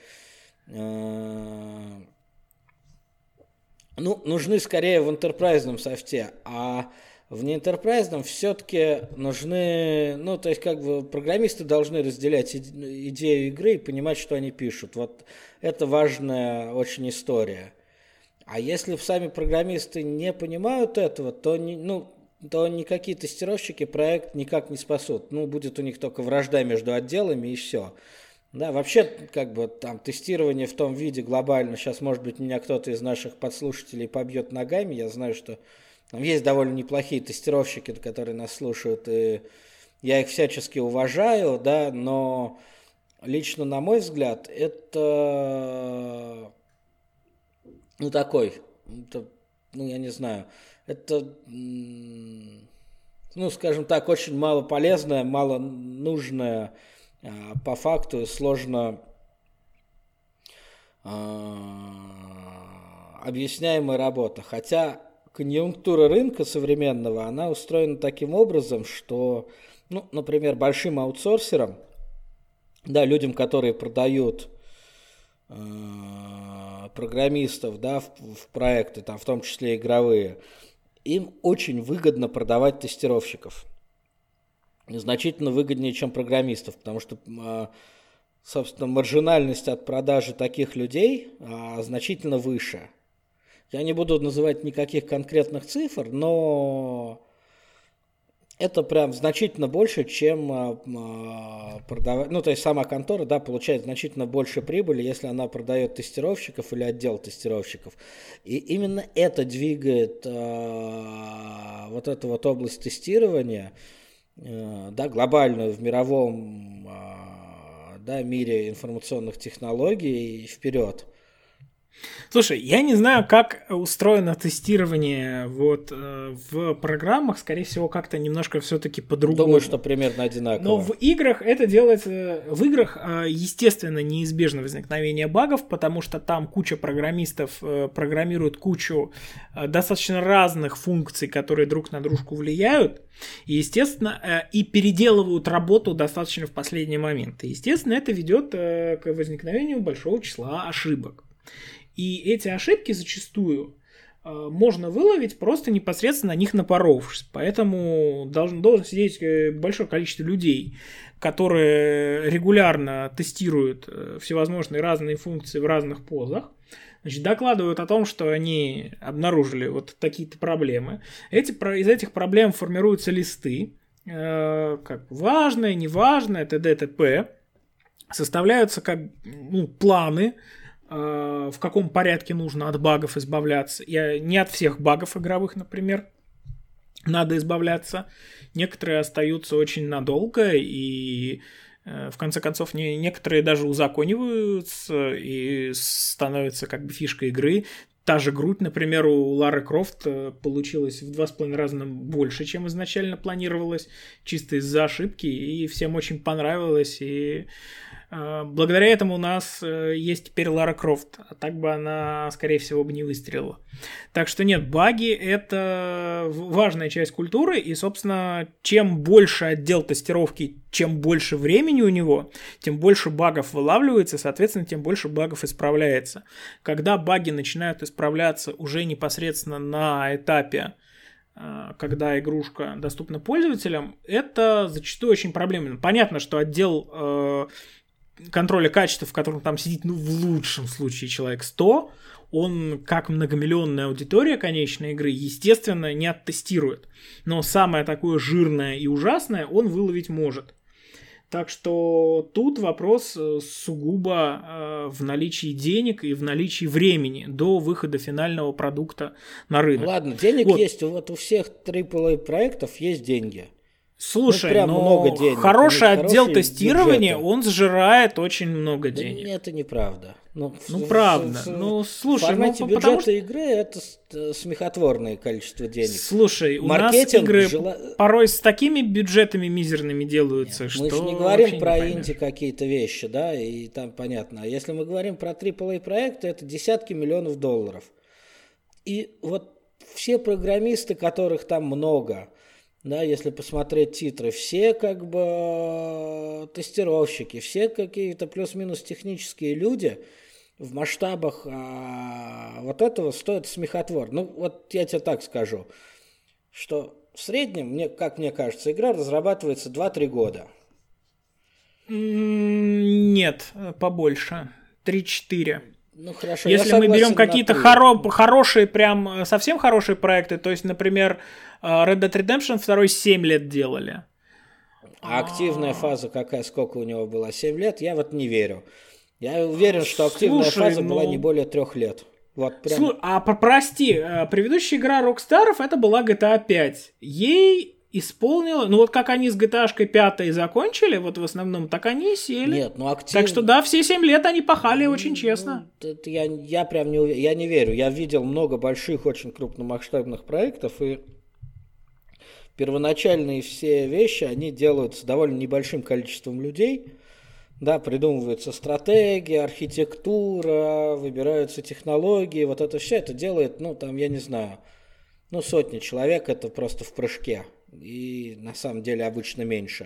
ну, нужны скорее в энтерпрайзном софте, а в неэнтерпрайзном все-таки нужны, ну, то есть, как бы, программисты должны разделять идею игры и понимать, что они пишут. Вот это важная очень история. А если сами программисты не понимают этого, то, не, ну, то никакие тестировщики проект никак не спасут. Ну, будет у них только вражда между отделами и все. Да, вообще, как бы, там, тестирование в том виде глобально, сейчас, может быть, меня кто-то из наших подслушателей побьет ногами, я знаю, что там есть довольно неплохие тестировщики, которые нас слушают, и я их всячески уважаю, да, но лично, на мой взгляд, это, ну, такой, это, ну, я не знаю, это, ну, скажем так, очень мало полезное, мало нужное, по факту сложно э, объясняемая работа. Хотя конъюнктура рынка современного, она устроена таким образом, что, ну, например, большим аутсорсерам, да, людям, которые продают э, программистов, да, в, в проекты, там, в том числе игровые, им очень выгодно продавать тестировщиков. Значительно выгоднее, чем программистов, потому что, собственно, маржинальность от продажи таких людей значительно выше. Я не буду называть никаких конкретных цифр, но это прям значительно больше, чем продавать. Ну, то есть сама контора, да, получает значительно больше прибыли, если она продает тестировщиков или отдел тестировщиков. И именно это двигает вот эту вот область тестирования, да, глобальную в мировом, да, мире информационных технологий вперед. Слушай, я не знаю, как устроено тестирование вот э, в программах, скорее всего, как-то немножко все-таки по-другому. Думаю, что примерно одинаково. Но в играх это делается, в играх, э, естественно, неизбежно возникновение багов, потому что там куча программистов э, программируют кучу э, достаточно разных функций, которые друг на дружку влияют, и, естественно, э, и переделывают работу достаточно в последний момент. И, естественно, это ведет э, к возникновению большого числа ошибок. И эти ошибки зачастую э, можно выловить, просто непосредственно на них напоровшись. Поэтому должен, должен сидеть большое количество людей, которые регулярно тестируют всевозможные разные функции в разных позах. Значит, докладывают о том, что они обнаружили вот такие-то проблемы. Эти, из этих проблем формируются листы, э, как важное, неважное, т.д. т.п. Составляются как, ну, планы, в каком порядке нужно от багов избавляться. И не от всех багов игровых, например, надо избавляться. Некоторые остаются очень надолго, и В конце концов, не, некоторые даже узакониваются и становятся как бы фишкой игры. Та же грудь, например, у Лары Крофт получилась в два с половиной раза больше, чем изначально планировалось, чисто из-за ошибки, и всем очень понравилось, и э, благодаря этому у нас э, есть теперь Лара Крофт, а так бы она, скорее всего, бы не выстрелила. Так что нет, баги — это важная часть культуры, и, собственно, чем больше отдел тестировки, чем больше времени у него, тем больше багов вылавливается, соответственно, тем больше багов исправляется. Когда баги начинают исправляться уже непосредственно на этапе, когда игрушка доступна пользователям, это зачастую очень проблемно. Понятно, что отдел э, контроля качества, в котором там сидит, ну, в лучшем случае человек сто, он, как многомиллионная аудитория конечной игры, естественно, не оттестирует. Но самое такое жирное и ужасное он выловить может. Так что тут вопрос сугубо э, в наличии денег и в наличии времени до выхода финального продукта на рынок. Ладно, денег вот. есть, вот у всех трипл эй проектов есть деньги. Слушай, ну, прям но много денег. Хороший отдел тестирования, бюджеты. Он сжирает очень много да денег. Это неправда. Ну, ну в, правда. В, в, ну, слушай, в формате ну, бюджета потому что... игры это смехотворное количество денег. Слушай, у Маркетинг, нас игры жела... порой с такими бюджетами мизерными делаются, Нет, что мы же не говорим не про поймешь. инди какие-то вещи, да, и там понятно. А если мы говорим про трипл эй проекты, это десятки миллионов долларов. И вот все программисты, которых там много, да, если посмотреть титры, все как бы тестировщики, все какие-то плюс-минус технические люди в масштабах а, вот этого стоит смехотвор. Ну, вот я тебе так скажу, что в среднем, мне, как мне кажется, игра разрабатывается два-три года. Нет, побольше. три-четыре. Ну, хорошо. Если мы берем какие-то хоро- хорошие, прям совсем хорошие проекты, то есть, например, Red Dead Redemption два семь лет делали. А активная фаза какая, сколько у него была? семь лет? Я вот не верю. Я уверен, что активная Слушай, фаза ну... была не более трех лет. Вот прям... Слу... А прости, предыдущая игра Rockstar'ов это была джи ти эй пять. Ей исполнила... Ну вот как они с джи ти эй пять закончили, вот в основном, так они и сели. Нет, ну активно... Так что да, все семь лет они пахали ну, очень честно. Ну, это я, я прям не уверен. Я не верю. Я видел много больших, очень крупномасштабных проектов, и первоначальные все вещи, они делаются довольно небольшим количеством людей. Да, придумывается стратегия, архитектура, выбираются технологии, вот это все это делает, ну, там, я не знаю, ну, сотни человек, это просто в прыжке, и на самом деле обычно меньше.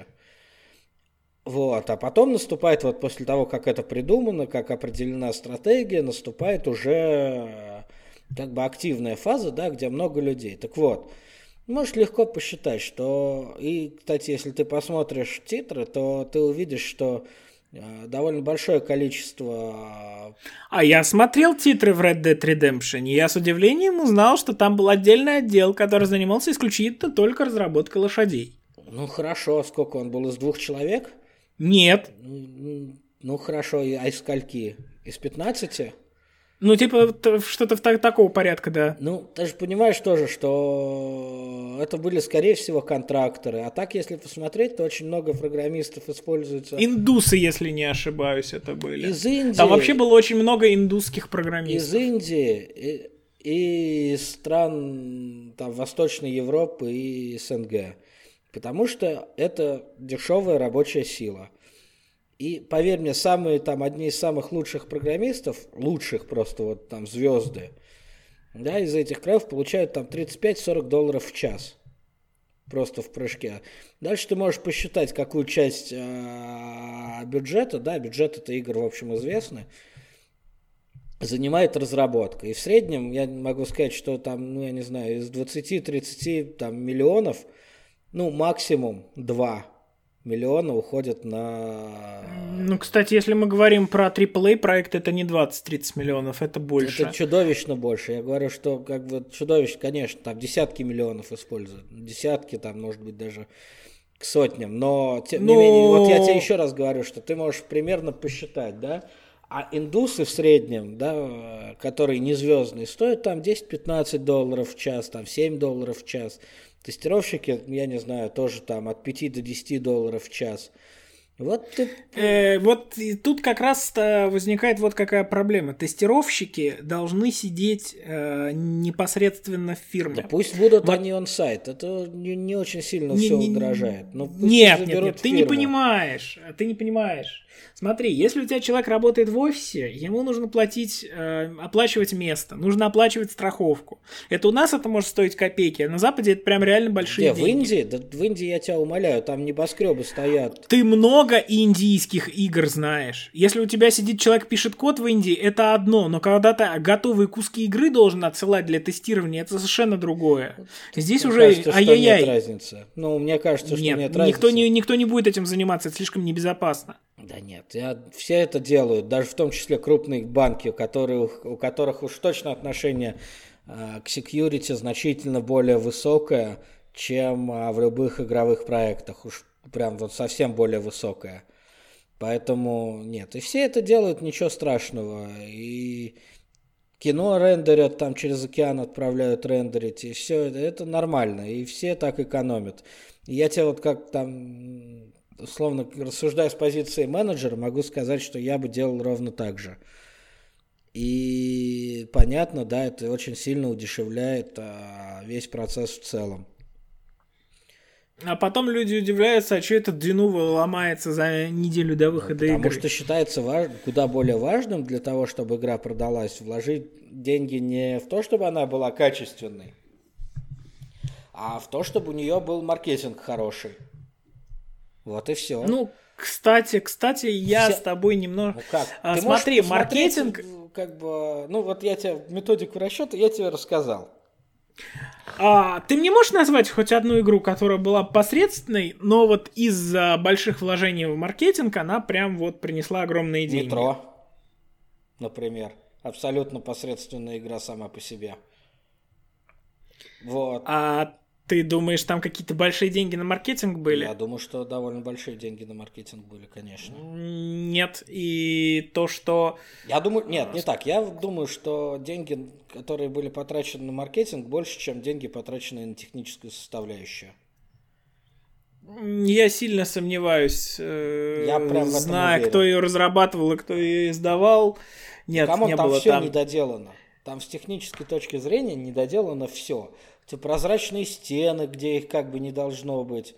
Вот, а потом наступает, вот после того, как это придумано, как определена стратегия, наступает уже как бы активная фаза, да, где много людей. Так вот, можешь легко посчитать, что, и, кстати, если ты посмотришь титры, то ты увидишь, что довольно большое количество... А я смотрел титры в Red Dead Redemption, и я с удивлением узнал, что там был отдельный отдел, который занимался исключительно только разработкой лошадей. Ну хорошо, сколько он был, из двух человек? Нет. Ну, ну хорошо, а из скольки? Из пятнадцати? Ну, типа, что-то в так, такого порядка, да. Ну, ты же понимаешь тоже, что это были, скорее всего, контракторы. А так, если посмотреть, то очень много программистов используются... Индусы, если не ошибаюсь, это были. Из Индии. Там вообще было очень много индусских программистов. Из Индии и, и из стран там, Восточной Европы и СНГ. Потому что это дешевая рабочая сила. И, поверь мне, самые там, одни из самых лучших программистов, лучших просто вот там звезды, да, из этих краев получают там тридцать пять сорок долларов в час. Просто в прыжке. Дальше ты можешь посчитать, какую часть э, бюджета, да, бюджет это игр, в общем, известны, занимает разработка. И в среднем я могу сказать, что там, ну, я не знаю, из двадцати-тридцати там миллионов, ну, максимум два миллиона уходят на... Ну, кстати, если мы говорим про трипл эй проект, это не двадцать-тридцать миллионов, это больше. Это чудовищно больше. Я говорю, что как бы чудовищно, конечно, там десятки миллионов используют. Десятки, там, может быть, даже к сотням. Но, тем Но... не менее, вот я тебе еще раз говорю, что ты можешь примерно посчитать, да? А индусы в среднем, да, которые не звездные, стоят там десять-пятнадцать долларов в час, там семь долларов в час. Тестировщики, я не знаю, тоже там от пяти до десяти долларов в час. Вот, ты... э, вот и тут как раз возникает вот какая проблема. Тестировщики должны сидеть э, непосредственно в фирме. Да пусть будут вот. они он-сайт. Это не, не очень сильно не, все не, угрожает. Но нет, нет, нет, ты не понимаешь. Ты не понимаешь. Смотри, если у тебя человек работает в офисе, ему нужно платить, э, оплачивать место, нужно оплачивать страховку. Это у нас это может стоить копейки, а на Западе это прям реально большие Где, деньги. в Индии? Да в Индии, я тебя умоляю, там небоскребы стоят. Ты много индийских игр знаешь. Если у тебя сидит человек, пишет код в Индии, это одно, но когда ты готовые куски игры должен отсылать для тестирования, это совершенно другое. Здесь мне уже кажется, ай-яй-яй. Нет разницы. Ну, мне кажется, что нет, нет никто разницы. Не, никто не будет этим заниматься, это слишком небезопасно. Да нет, я, все это делают, даже в том числе крупные банки, у которых, у которых уж точно отношение э, к security значительно более высокое, чем э, в любых игровых проектах, уж прям вот совсем более высокое. Поэтому нет, и все это делают, ничего страшного, и кино рендерят, там через океан отправляют рендерить, и все это, это нормально, и все так экономят. И я тебе вот как там... условно рассуждая с позиции менеджера, могу сказать, что я бы делал ровно так же. И понятно, да, это очень сильно удешевляет а, весь процесс в целом. А потом люди удивляются, а что этот Denuvo ломается за неделю до выхода ну, потому игры. Потому что считается важ... куда более важным для того, чтобы игра продалась, вложить деньги не в то, чтобы она была качественной, а в то, чтобы у нее был маркетинг хороший. Вот и все. Ну, кстати, кстати, я все... с тобой немного... Ну как? А, Ты смотри, маркетинг... Как бы, ну вот я тебе методику расчета, я тебе рассказал. А, ты мне можешь назвать хоть одну игру, которая была посредственной, но вот из-за больших вложений в маркетинг она прям вот принесла огромные деньги? Метро, например. Абсолютно посредственная игра сама по себе. Вот. А ты думаешь, там какие-то большие деньги на маркетинг были? Я думаю, что довольно большие деньги на маркетинг были, конечно. Нет, и то, что... Я думаю, нет, не так. Я думаю, что деньги, которые были потрачены на маркетинг, больше, чем деньги, потраченные на техническую составляющую. Я сильно сомневаюсь, Я прям в этом зная, уверен. кто ее разрабатывал и кто ее издавал. Нет, Камон, не там было все там... недоделано. Там с технической точки зрения недоделано все. Это прозрачные стены, где их как бы не должно быть.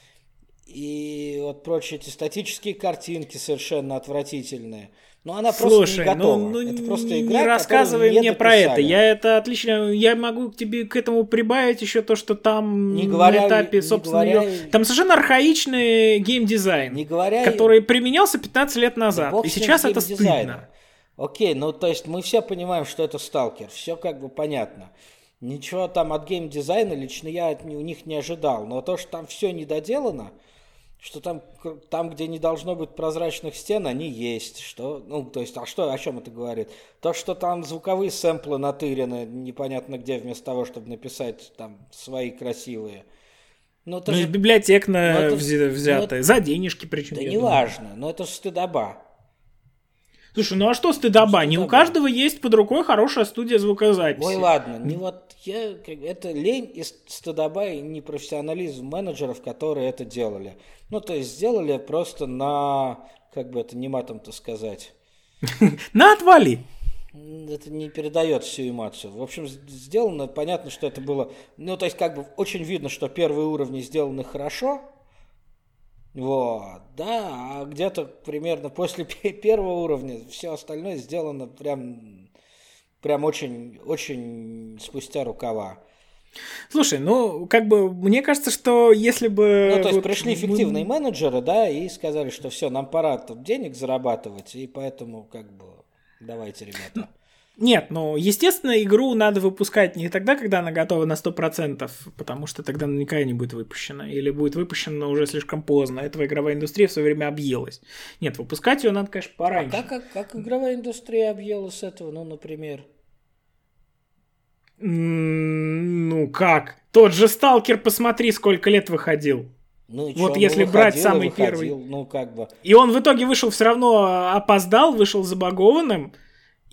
И вот прочие эти статические картинки совершенно отвратительные. Но она Слушай, просто не готова. ну, ну это просто не игра, рассказывай не мне дописали. про это. Я это отлично. Я могу к тебе к этому прибавить еще то, что там не говоря, на этапе, не собственно, говоря, ее... там совершенно архаичный геймдизайн, не говоря, который применялся пятнадцать лет назад. да и сейчас это стыдно. Окей, ну то есть мы все понимаем, что это сталкер. Все как бы понятно. Ничего там от геймдизайна лично я от, у них не ожидал. Но то, что там все недоделано, что там, там, где не должно быть прозрачных стен, они есть. Что, ну, то есть, а что, о чем это говорит? То, что там звуковые сэмплы натырены непонятно где, вместо того, чтобы написать там свои красивые. Ну, это ну, же... из библиотек на... ну, это... взятые, ну, за денежки причем. Да неважно, но это же стыдоба. Слушай, ну а что стыдоба? Ну, не у каждого есть под рукой хорошая студия звукозаписи. Ой, ладно, не вот я, это лень и стыдоба и непрофессионализм менеджеров, которые это делали. Ну, то есть сделали просто на, как бы это не матом-то сказать. На отвали. Это не передает всю эмоцию. В общем, сделано, понятно, что это было, ну, то есть как бы очень видно, что первые уровни сделаны хорошо. Вот, да, а где-то примерно после первого уровня все остальное сделано прям, прям очень, очень спустя рукава. Слушай, ну, как бы, мне кажется, что если бы... Ну, то есть вот пришли эффективные мы... менеджеры, да, и сказали, что все, нам пора тут денег зарабатывать, и поэтому, как бы, давайте, ребята. Нет, ну, естественно, игру надо выпускать не тогда, когда она готова на сто процентов, потому что тогда она никогда не будет выпущена. Или будет выпущена уже слишком поздно. Этого игровая индустрия в свое время объелась. Нет, выпускать ее надо, конечно, пораньше. А как, как, как игровая индустрия объелась с этого, ну, например? М-м, ну, как? Тот же Сталкер, посмотри, сколько лет выходил. Ну, вот чё, если ну, брать выходил, самый выходил, первый. Ну, как бы. И он в итоге вышел все равно, опоздал, вышел забагованным.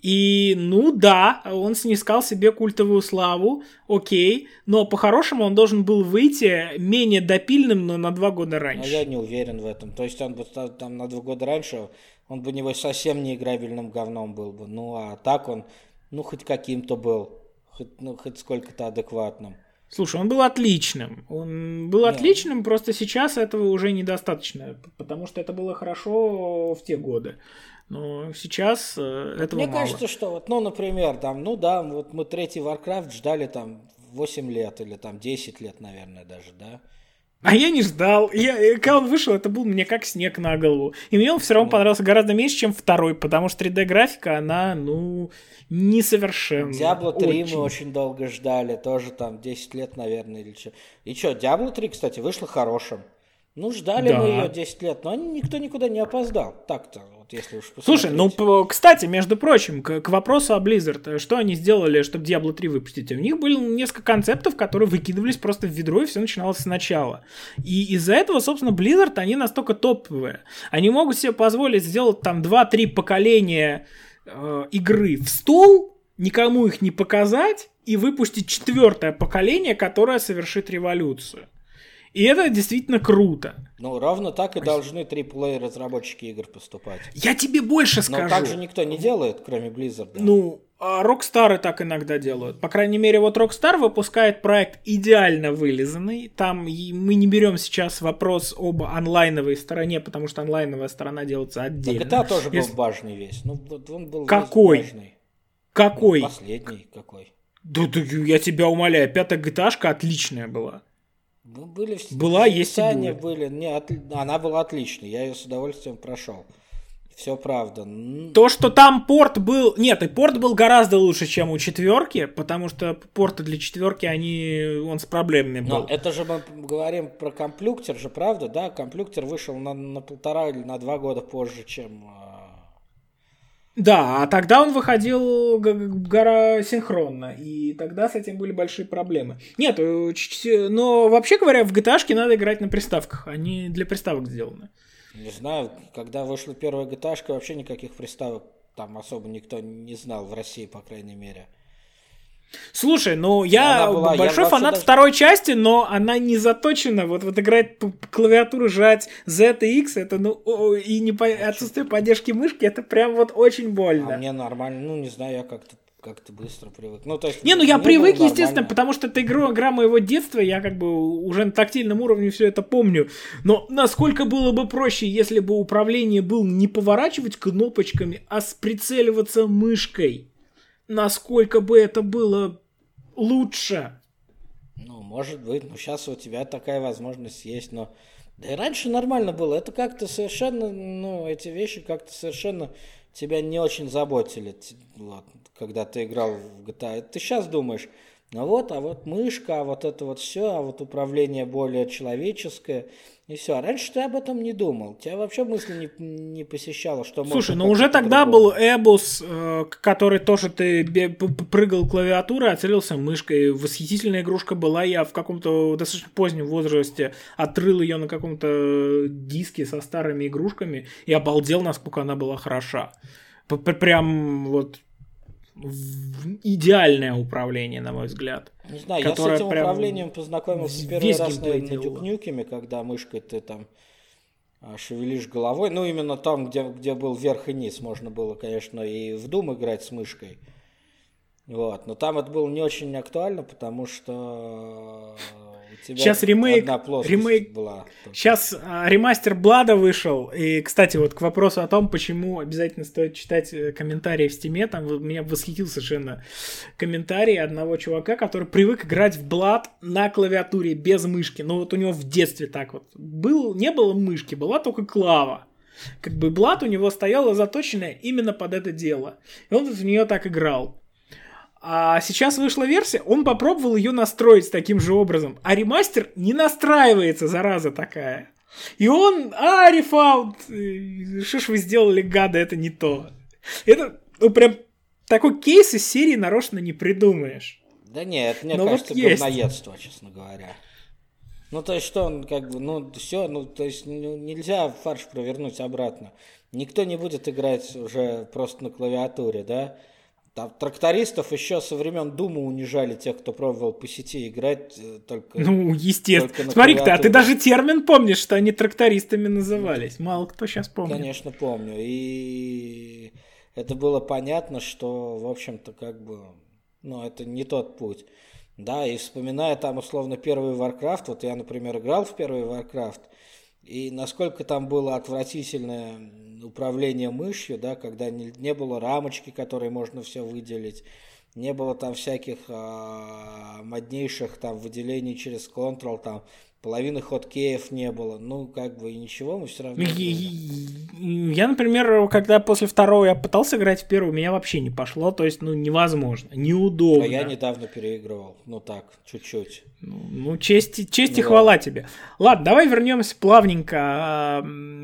И, ну да, он снискал себе культовую славу, окей, но по-хорошему он должен был выйти менее допильным, но на два года раньше. А я не уверен в этом. То есть он бы там на два года раньше, он бы, небось, совсем неиграбельным говном был бы. Ну, а так он, ну, хоть каким-то был, хоть, ну, хоть сколько-то адекватным. Слушай, он был отличным. Он был Нет. отличным, просто сейчас этого уже недостаточно, потому что это было хорошо в те годы. Но сейчас э, этого Мне мало. кажется, что вот, ну, например, там, ну да, вот мы третий Warcraft ждали там восемь лет или там десять лет, наверное, даже, да? А я не ждал. Я, когда он вышел, это был мне как снег на голову. И мне он все равно ну. понравился гораздо меньше, чем второй, потому что три дэ-графика, она, ну, несовершенна. Diablo три очень. Мы очень долго ждали, тоже там десять лет, наверное, или что. И что, Diablo три, кстати, вышло хорошим. Ну, ждали да. мы ее десять лет, но никто никуда не опоздал. Так-то, вот если уж посмотреть. Слушай, ну, кстати, между прочим, к, к вопросу о Blizzard, что они сделали, чтобы Diablo три выпустить? У них были несколько концептов, которые выкидывались просто в ведро, и все начиналось сначала. И из-за этого, собственно, Blizzard, они настолько топовые. Они могут себе позволить сделать там два-три поколения э, игры в стол, никому их не показать, и выпустить четвертое поколение, которое совершит революцию. И это действительно круто. Ну, ровно так и должны трипл-эй разработчики игр поступать. Я тебе больше скажу. Но так же никто не делает, кроме Blizzard. Да? Ну, Rockstar так иногда делают. По крайней мере, вот Rockstar выпускает проект идеально вылизанный. Там мы не берем сейчас вопрос об онлайновой стороне, потому что онлайновая сторона делается отдельно. джи ти эй тоже был Если... важный весь. Ну, он был Какой? Весь важный. Какой? Ну, последний какой. Да, да, я тебя умоляю, пятая джи ти эй-шка отличная была. Ну, были была, есть и будет. Были. Не, от... Она была отличной, я ее с удовольствием прошел. Все правда. То, что там порт был... Нет, и порт был гораздо лучше, чем у четверки, потому что порты для четверки, они... он с проблемами был. Но это же мы говорим про комплюктер же, правда? Да, комплюктер вышел на, на полтора или на два года позже, чем... Да, а тогда он выходил гора синхронно, и тогда с этим были большие проблемы. Нет, но вообще говоря, в джи ти эй-шки надо играть на приставках, они для приставок сделаны. Не знаю, когда вышла первая джи ти эй-шка, вообще никаких приставок там особо никто не знал, в России, по крайней мере. Слушай, ну я была, большой я фанат даже... второй части, но она не заточена. Вот, вот играть по клавиатуру, жать Z и X, это ну о, и не по... отсутствие поддержки мышки, это прям вот очень больно. А мне нормально, ну не знаю, я как-то как-то быстро привык. Ну, то есть, не, ну я привык, естественно, потому что это игра, игра моего детства, я как бы уже на тактильном уровне все это помню. Но насколько было бы проще, если бы управление было не поворачивать кнопочками, а прицеливаться мышкой. Насколько бы это было лучше. Ну, может быть, ну сейчас у тебя такая возможность есть, но... Да и раньше нормально было. Это как-то совершенно, ну, эти вещи как-то совершенно тебя не очень заботили, вот, когда ты играл в джи ти эй. Ты сейчас думаешь, ну вот, а вот мышка, а вот это вот все, а вот управление более человеческое, и все. А раньше ты об этом не думал. Тебя вообще мысли не, не посещало, что... Слушай, ну уже тогда был Эбус, э, который тоже ты прыгал клавиатурой, а целился мышкой. Восхитительная игрушка была. Я в каком-то достаточно позднем возрасте отрыл ее на каком-то диске со старыми игрушками и обалдел, насколько она была хороша. Прям вот... идеальное управление, на мой взгляд. Не знаю, я с этим управлением познакомился первый раз на Duke Nukem, когда мышкой ты там шевелишь головой. Ну, именно там, где, где был верх и низ, можно было, конечно, и в Doom играть с мышкой. Вот. Но там это было не очень актуально, потому что... Сейчас ремейк, ремейк была. Сейчас а, ремастер Блада вышел. И, кстати, вот к вопросу о том, почему обязательно стоит читать комментарии в Стиме, там меня восхитил совершенно комментарий одного чувака, который привык играть в Блад на клавиатуре без мышки. Ну вот у него в детстве так вот был, не было мышки, была только клава. Как бы Блад у него стояла заточенная именно под это дело. И он в нее так играл. А сейчас вышла версия, он попробовал ее настроить таким же образом. А ремастер не настраивается, зараза такая. И он, а, рефаунд, что ж вы сделали, гады, это не то. Это, ну, прям такой кейс из серии нарочно не придумаешь. Да нет, мне Но кажется, вот говноедство, честно говоря. Ну, то есть, что он как бы, ну, все, ну, то есть, ну, нельзя фарш провернуть обратно. Никто не будет играть уже просто на клавиатуре, да? Там трактористов еще со времен Дума унижали тех, кто пробовал по сети играть только. Ну, естественно. Смотри-ка, а ты даже термин помнишь, что они трактористами назывались. Мало кто сейчас помнит. Конечно, помню. И это было понятно, что, в общем-то, как бы, ну, это не тот путь. Да, и вспоминая там, условно, первый Warcraft, вот я, например, играл в первый Warcraft, и насколько там было отвратительное управление мышью, да, когда не, не было рамочки, которой можно все выделить, не было там всяких а, моднейших там выделений через Ctrl, там половины хоткеев не было, ну, как бы, и ничего, мы все равно... Я, например, когда после второго я пытался играть в первый, у меня вообще не пошло, то есть, ну, невозможно, неудобно. А я недавно переигрывал, ну, так, чуть-чуть. Ну, ну честь, честь ну, и хвала тебе. Ладно, давай вернемся плавненько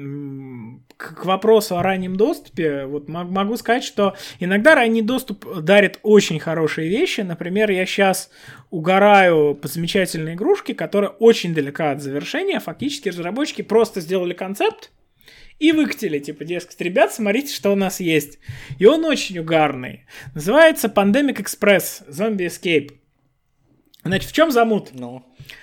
к вопросу о раннем доступе. Вот могу сказать, что иногда ранний доступ дарит очень хорошие вещи. Например, я сейчас угораю по замечательной игрушке, которая очень далека от завершения. Фактически разработчики просто сделали концепт и выкатили, типа, дескать, ребят, смотрите, что у нас есть. И он очень угарный. Называется Pandemic Express Zombie Escape. Значит, в чем замут? Ну.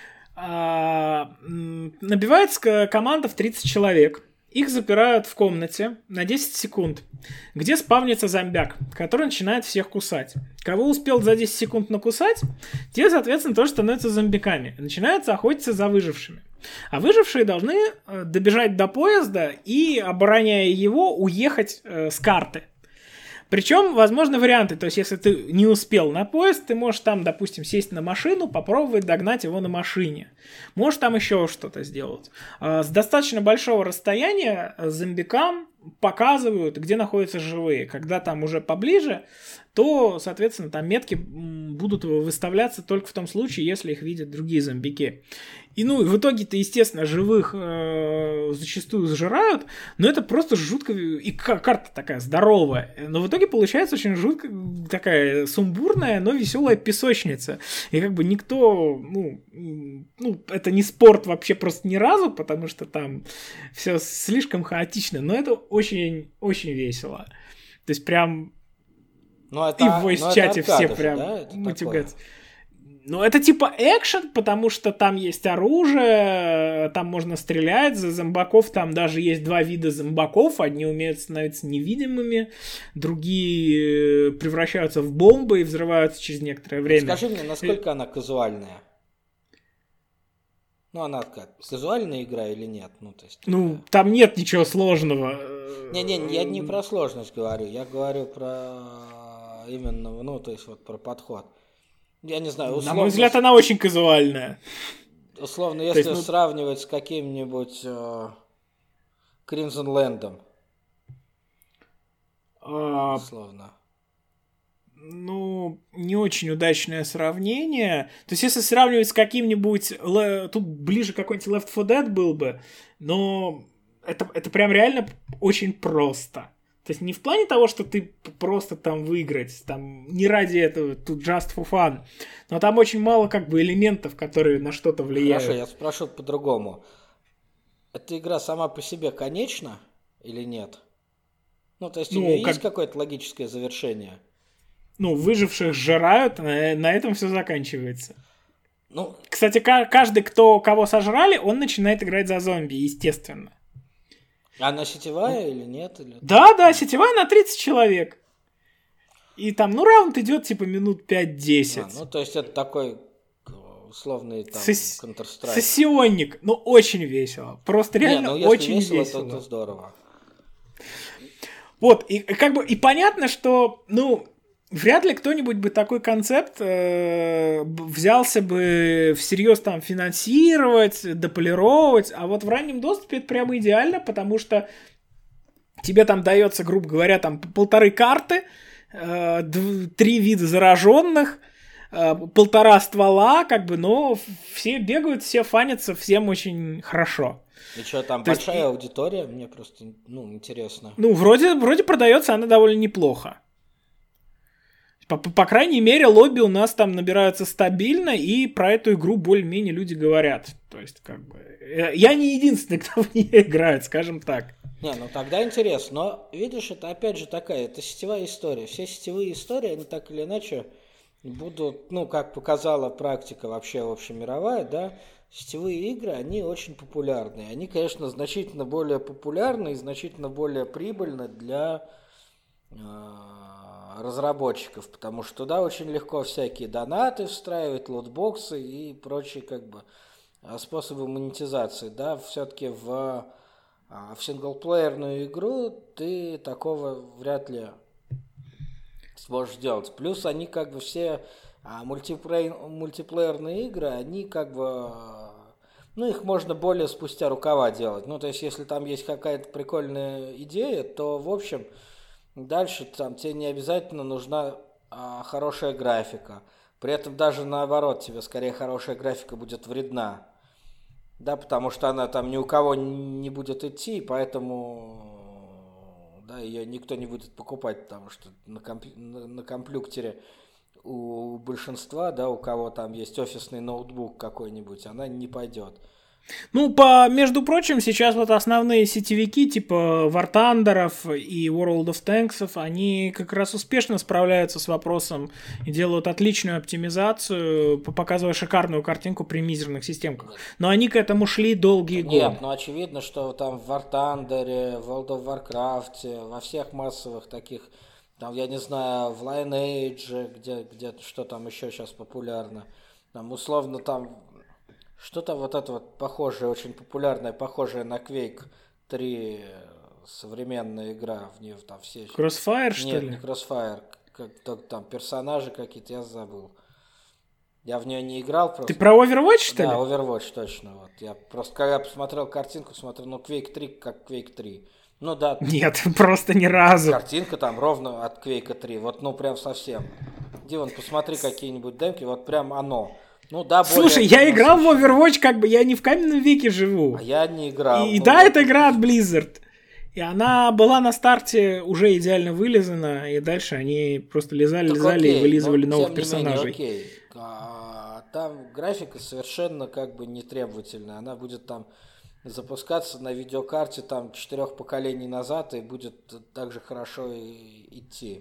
А, набивается команда в тридцать человек. Их запирают в комнате на десять секунд, где спавнится зомбяк, который начинает всех кусать. Кого успел за десять секунд накусать, те, соответственно, тоже становятся зомбяками. Начинаются охотиться за выжившими. А выжившие должны добежать до поезда и, обороняя его, уехать э, с карты. Причем возможны варианты, то есть если ты не успел на поезд, ты можешь там, допустим, сесть на машину, попробовать догнать его на машине. Можешь там еще что-то сделать. С достаточно большого расстояния зомбикам показывают, где находятся живые. Когда там уже поближе, то, соответственно, там метки будут выставляться только в том случае, если их видят другие зомбики. И, ну, в итоге-то, естественно, живых э, зачастую сжирают, но это просто жутко... И карта такая здоровая. Но в итоге получается очень жутко такая сумбурная, но веселая песочница. И как бы никто... Ну, ну, это не спорт вообще просто ни разу, потому что там все слишком хаотично. Но это очень-очень весело. То есть прям... Ну, это, и в войс-чате все прям да? мутигаются. Ну, это типа экшен, потому что там есть оружие, там можно стрелять, за зомбаков там даже есть два вида зомбаков, одни умеют становиться невидимыми, другие превращаются в бомбы и взрываются через некоторое время. Скажи мне, насколько она казуальная? Ну, она как, казуальная игра или нет? Ну, то есть, ну там нет ничего сложного. Не-не, я не про сложность говорю, я говорю про именно, ну, то есть вот про подход. Я не знаю, условно... На мой взгляд, она очень казуальная. Условно, если есть, ну... сравнивать с каким-нибудь э, Crimson Land'ом. А... Условно. Ну, не очень удачное сравнение. То есть, если сравнивать с каким-нибудь... Тут ближе какой-нибудь Left four Dead был бы, но это, это прям реально очень просто. То есть не в плане того, что ты просто там выиграть, там не ради этого, тут just for fun, но там очень мало как бы элементов, которые на что-то влияют. Хорошо, я спрошу по-другому. Эта игра сама по себе конечна или нет? Ну, то есть ну, у нее как... есть какое-то логическое завершение? Ну, выживших сжирают, на, на этом все заканчивается. Ну... Кстати, каждый, кто, кого сожрали, он начинает играть за зомби, естественно. Она сетевая или нет? Или... Да, да, сетевая на тридцать человек. И там, ну, раунд идет типа минут пять-десять. А, ну, то есть это такой условный там Сес... Counter-Strike. Сессионник, ну, очень весело. Просто реально Не, ну, очень весело. весело. То, то здорово. Вот, и как бы, и понятно, что, ну... Вряд ли кто-нибудь бы такой концепт э, взялся бы всерьез там финансировать, дополировать, а вот в раннем доступе это прямо идеально, потому что тебе там дается, грубо говоря, там полторы карты, э, д- три вида зараженных, э, полтора ствола, как бы, но все бегают, все фанятся, всем очень хорошо. И что, там То большая есть, аудитория? Мне просто, ну, интересно. Ну, вроде, вроде продается она довольно неплохо. По, по, по крайней мере, лобби у нас там набираются стабильно, и про эту игру более-менее люди говорят. То есть, как бы... Я не единственный, кто в нее играет, скажем так. Не, ну тогда интересно. Но, видишь, это опять же такая, это сетевая история. Все сетевые истории, они так или иначе будут, ну, как показала практика вообще общемировая, да, сетевые игры, они очень популярны. Они, конечно, значительно более популярны и значительно более прибыльны для э, разработчиков, потому что туда очень легко всякие донаты встраивать, лотбоксы и прочие как бы способы монетизации. Да, все-таки в, в синглплеерную игру ты такого вряд ли сможешь сделать. Плюс они как бы все а, мультиплеер, мультиплеерные игры, они как бы, ну, их можно более спустя рукава делать. Ну, то есть, если там есть какая-то прикольная идея, то, в общем, дальше там тебе не обязательно нужна а, хорошая графика. При этом даже наоборот, тебе скорее хорошая графика будет вредна. Да, потому что она там ни у кого не будет идти, поэтому да, ее никто не будет покупать, потому что на, компью- на, на компьютере у большинства, да, у кого там есть офисный ноутбук какой-нибудь, она не пойдет. Ну, по, между прочим, сейчас вот основные сетевики типа War Thunder'ов и World of Tanks'ов, они как раз успешно справляются с вопросом и делают отличную оптимизацию, показывая шикарную картинку при мизерных системках. Но они к этому шли долгие годы. Нет, ну очевидно, что там в War Thunder, World of Warcraft, во всех массовых таких, там, я не знаю, в Lineage, где, где что там еще сейчас популярно, там условно там что-то вот это вот похожее, очень популярное, похожее на Quake три современная игра, в нее там все... Crossfire, что Нет, ли? не Crossfire, как, там персонажи какие-то, я забыл. Я в нее не играл просто. Ты про Overwatch, что ли? Да, Overwatch, точно. Вот. Я просто, когда посмотрел картинку, смотрел, ну, Quake три как Quake три. Ну да. Нет, просто ни разу. Картинка там ровно от Quake три, вот ну прям совсем. Диван, посмотри какие-нибудь демки, вот прям оно. Ну да, слушай, я играл в Overwatch, как бы я не в каменном веке живу. А я не играл. И ну, да, вот. это игра от Blizzard. И она была на старте уже идеально вылизана, и дальше они просто лизали, так лизали окей, и вылизывали но, новых персонажей. Менее, окей. А, там графика совершенно как бы не требовательная. Она будет там запускаться на видеокарте там четырех поколений назад и будет так же хорошо и идти.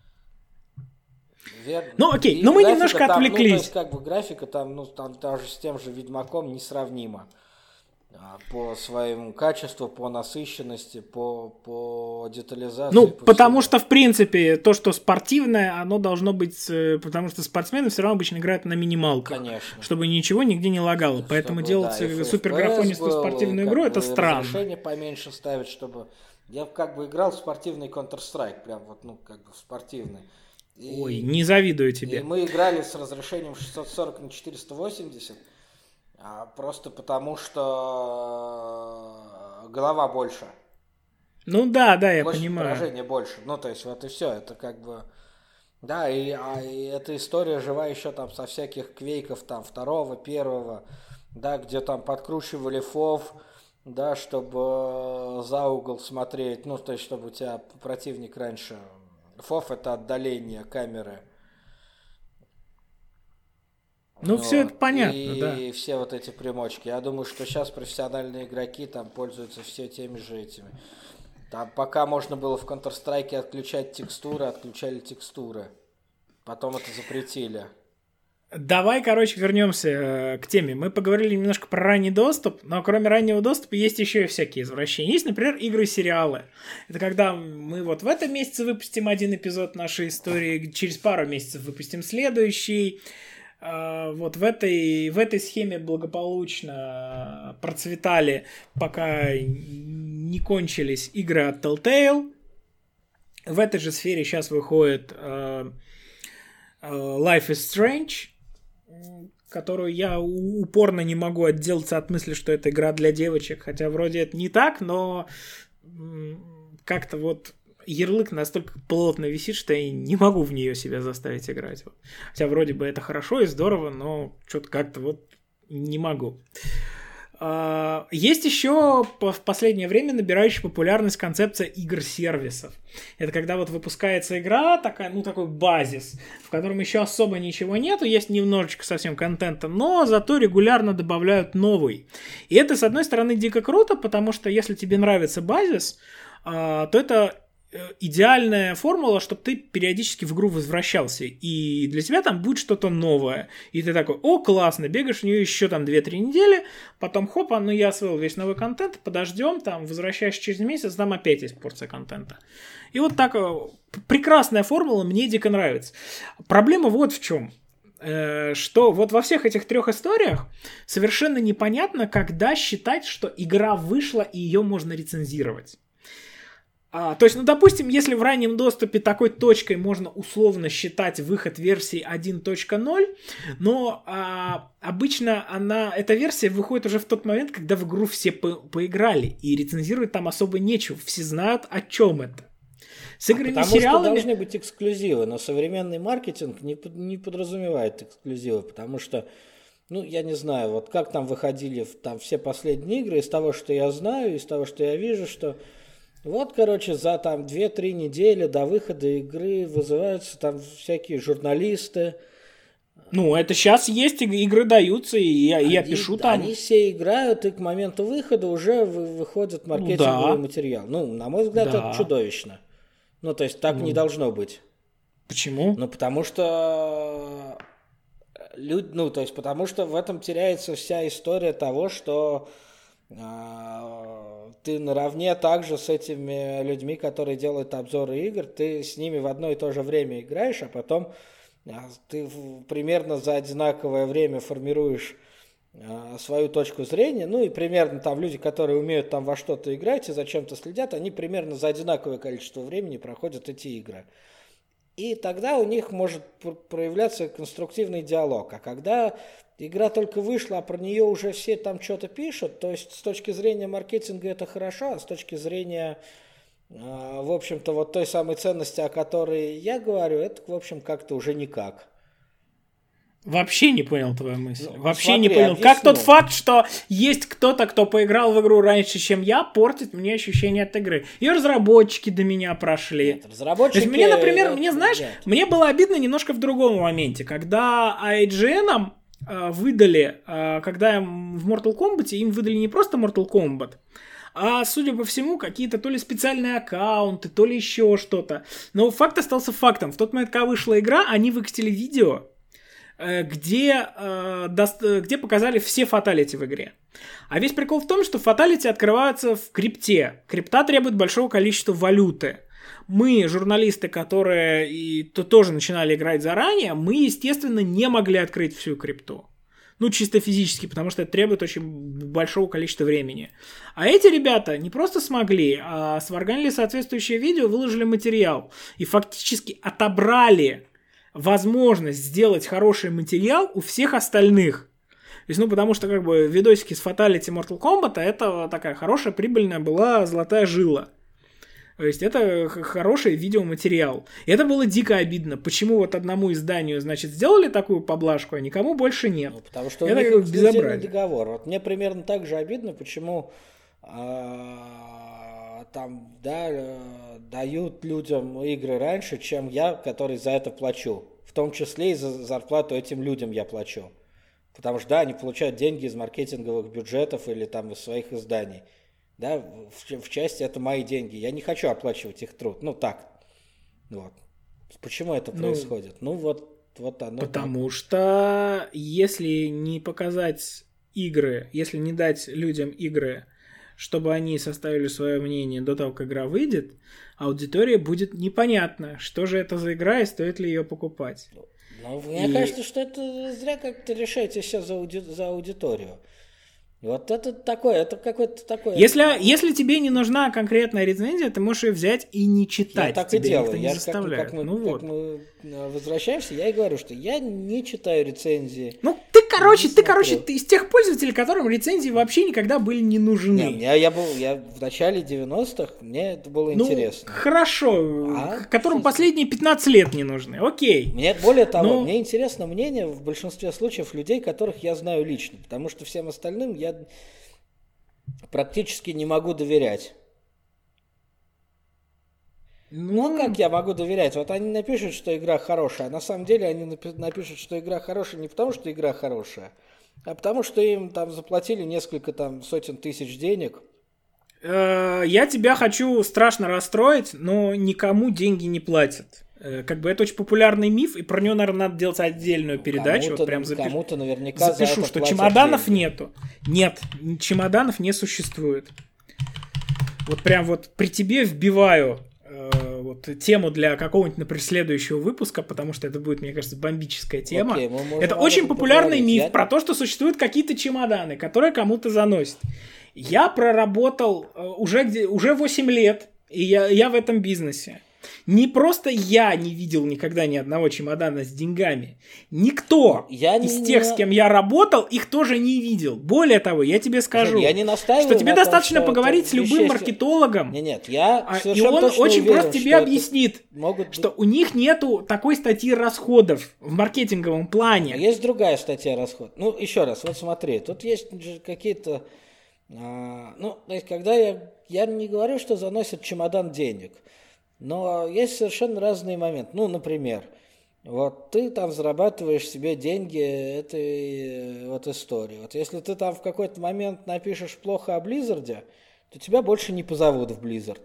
Верно. Ну окей, но мы немножко там, отвлеклись. Ну, то есть, как бы графика там, ну, там даже с тем же Ведьмаком несравнима. По своему качеству, по насыщенности, по, по детализации. Ну, по потому всему. что, в принципе, то, что спортивное, оно должно быть... Потому что спортсмены все равно обычно играют на минималках. Конечно. Чтобы ничего нигде не лагало. Чтобы, поэтому делать да, суперграфонистую спортивную игру, это странно. Разрешение поменьше ставить, чтобы... Я как бы играл в спортивный Counter-Strike, прям вот, ну, как бы в спортивный. И... Ой, не завидую тебе. И мы играли с разрешением шестьсот сорок на четыреста восемьдесят, а просто потому что голова больше. Ну да, да, я Площадь понимаю. Поражение больше. Ну, то есть, вот и все. Это как бы... Да, и, а, и эта история жива еще там со всяких квейков, там, второго, первого, да, где там подкручивали фов, да, чтобы за угол смотреть, ну, то есть, чтобы у тебя противник раньше... фов — это отдаление камеры. Ну, вот. Все это понятно, и да. И все вот эти примочки. Я думаю, что сейчас профессиональные игроки там пользуются все теми же этими. Там пока можно было в Counter-Strike отключать текстуры, отключали текстуры. Потом это запретили. Давай, короче, вернемся э, к теме. Мы поговорили немножко про ранний доступ, но кроме раннего доступа есть еще и всякие извращения. Есть, например, игры-сериалы. Это когда мы вот в этом месяце выпустим один эпизод нашей истории, через пару месяцев выпустим следующий. Э, вот в этой, в этой схеме благополучно процветали, пока не кончились игры от Telltale. В этой же сфере сейчас выходит э, Life is Strange, которую я упорно не могу отделаться от мысли, что это игра для девочек, хотя вроде это не так, но как-то вот ярлык настолько плотно висит, что я не могу в нее себя заставить играть. Хотя вроде бы это хорошо и здорово, но что-то как-то вот не могу. Есть еще в последнее время набирающая популярность концепция игр-сервисов. Это когда вот выпускается игра, такая, ну такой базис, в котором еще особо ничего нету, есть немножечко совсем контента, но зато регулярно добавляют новый. И это, с одной стороны, дико круто, потому что если тебе нравится базис, то это идеальная формула, чтобы ты периодически в игру возвращался, и для тебя там будет что-то новое. И ты такой: о, классно, бегаешь в нее еще там две-три недели, потом хоп, ну я освоил весь новый контент, подождем, там, возвращаешься через месяц, там опять есть порция контента. И вот так, прекрасная формула, мне дико нравится. Проблема вот в чем. Что вот во всех этих трех историях совершенно непонятно, когда считать, что игра вышла и ее можно рецензировать. А, то есть, ну, допустим, если в раннем доступе такой точкой можно условно считать выход версии один точка ноль, но а, обычно она, эта версия выходит уже в тот момент, когда в игру все по- поиграли, и рецензировать там особо нечего, все знают, о чем это. С играми, а потому сериалами... что должны быть эксклюзивы, но современный маркетинг не, не подразумевает эксклюзивы, потому что, ну, я не знаю, вот как там выходили там все последние игры, из того, что я знаю, из того, что я вижу, что вот, короче, за там две-три недели до выхода игры вызываются там всякие журналисты. Ну, это сейчас есть, игры даются, и я, они, я пишу там. Они все играют, и к моменту выхода уже выходит маркетинговый ну, да. материал. Ну, на мой взгляд, да. это чудовищно. Ну, то есть, так ну. не должно быть. Почему? Ну, потому что... Люд... Ну, то есть, потому что в этом теряется вся история того, что... ты наравне также с этими людьми, которые делают обзоры игр, ты с ними в одно и то же время играешь, а потом ты примерно за одинаковое время формируешь свою точку зрения, ну и примерно там люди, которые умеют там во что-то играть и за чем-то следят, они примерно за одинаковое количество времени проходят эти игры. И тогда у них может проявляться конструктивный диалог. А когда игра только вышла, а про нее уже все там что-то пишут, то есть с точки зрения маркетинга это хорошо, а с точки зрения, в общем-то, вот той самой ценности, о которой я говорю, это, в общем, как-то уже никак. Вообще не понял твою мысль. Ну, Вообще смотри, не понял. объясню. Как тот факт, что есть кто-то, кто поиграл в игру раньше, чем я, портит мне ощущение от игры. Ее разработчики до меня прошли. Нет, разработчики... То есть мне, например, это... мне, знаешь, Нет. мне было обидно немножко в другом моменте. Когда ай джи эн э, выдали, э, когда в Mortal Kombat им выдали не просто Mortal Kombat, а, судя по всему, какие-то то ли специальные аккаунты, то ли еще что-то. Но факт остался фактом. В тот момент, когда вышла игра, они выкатили видео, Где, э, даст, где показали все фаталити в игре. А весь прикол в том, что фаталити открываются в крипте. Крипта требует большого количества валюты. Мы, журналисты, которые и, то, тоже начинали играть заранее, мы, естественно, не могли открыть всю крипту. Ну, чисто физически, потому что это требует очень большого количества времени. А эти ребята не просто смогли, а сварганили соответствующее видео, выложили материал. И фактически отобрали возможность сделать хороший материал у всех остальных. То есть, ну, потому что, как бы, видосики с Fatality Mortal Kombat это такая хорошая, прибыльная была золотая жила. То есть, это хороший видеоматериал. И это было дико обидно. Почему вот одному изданию, значит, сделали такую поблажку, а никому больше нет? Ну, потому что у это них как безобразие. Договор. Вот мне примерно так же обидно, почему а, там, да, дают людям игры раньше, чем я, который за это плачу. В том числе и за зарплату этим людям я плачу. Потому что, да, они получают деньги из маркетинговых бюджетов или там из своих изданий. Да, в, в части это мои деньги. Я не хочу оплачивать их труд. Ну, так. Вот. Почему это ну, происходит? Ну, вот, вот оно. Потому так. Что если не показать игры, если не дать людям игры, чтобы они составили свое мнение до того, как игра выйдет, аудитория будет непонятна, что же это за игра и стоит ли ее покупать. Ну, мне и... кажется, что это зря как-то решаете сейчас за, ауди... за аудиторию. Вот это такое, это какое-то такое... Если, если тебе не нужна конкретная рецензия, ты можешь ее взять и не читать. Я так Тебя и делаю. Не я заставляет. как, как, мы, ну как вот. мы возвращаемся, я и говорю, что я не читаю рецензии. Ну, ты короче, ты, короче, ты из тех пользователей, которым рецензии вообще никогда были не нужны. Не, я, я был, я в начале девяностых, мне это было ну, интересно. Хорошо, а? которым последние пятнадцать лет не нужны, окей. Мне, более того, Но... мне интересно мнение в большинстве случаев людей, которых я знаю лично, потому что всем остальным я практически не могу доверять. Ну, ну, как я могу доверять? Вот они напишут, что игра хорошая, а на самом деле они напишут, что игра хорошая не потому, что игра хорошая, а потому, что им там заплатили несколько там сотен тысяч денег. Я тебя хочу страшно расстроить, но никому деньги не платят. Как бы это очень популярный миф, и про него, наверное, надо делать отдельную передачу. Кому-то, вот прям запиш... кому-то наверняка запишу, за это что чемоданов деньги. нету. Нет, чемоданов не существует. Вот прям вот при тебе вбиваю э, вот тему для какого-нибудь, например, следующего выпуска, потому что это будет, мне кажется, бомбическая тема. Окей, это очень популярный миф Я... про то, что существуют какие-то чемоданы, которые кому-то заносят. Я проработал э, уже, где, уже восемь лет, и я, я в этом бизнесе. Не просто я не видел никогда ни одного чемодана с деньгами. Никто я из не... тех, с кем я работал, их тоже не видел. Более того, я тебе скажу, я не что тебе том, достаточно что поговорить с любым веществ... маркетологом. Нет, нет, я и он очень уверен, просто тебе объяснит, могут... что у них нету такой статьи расходов в маркетинговом плане. Есть другая статья расходов. Ну, еще раз, вот смотри, тут есть какие-то... А, ну, то есть, когда я... Я не говорю, что заносят чемодан денег. Но есть совершенно разные моменты. Ну, например, вот ты там зарабатываешь себе деньги этой вот истории. Вот если ты там в какой-то момент напишешь плохо о Blizzard, то тебя больше не позовут в Blizzard.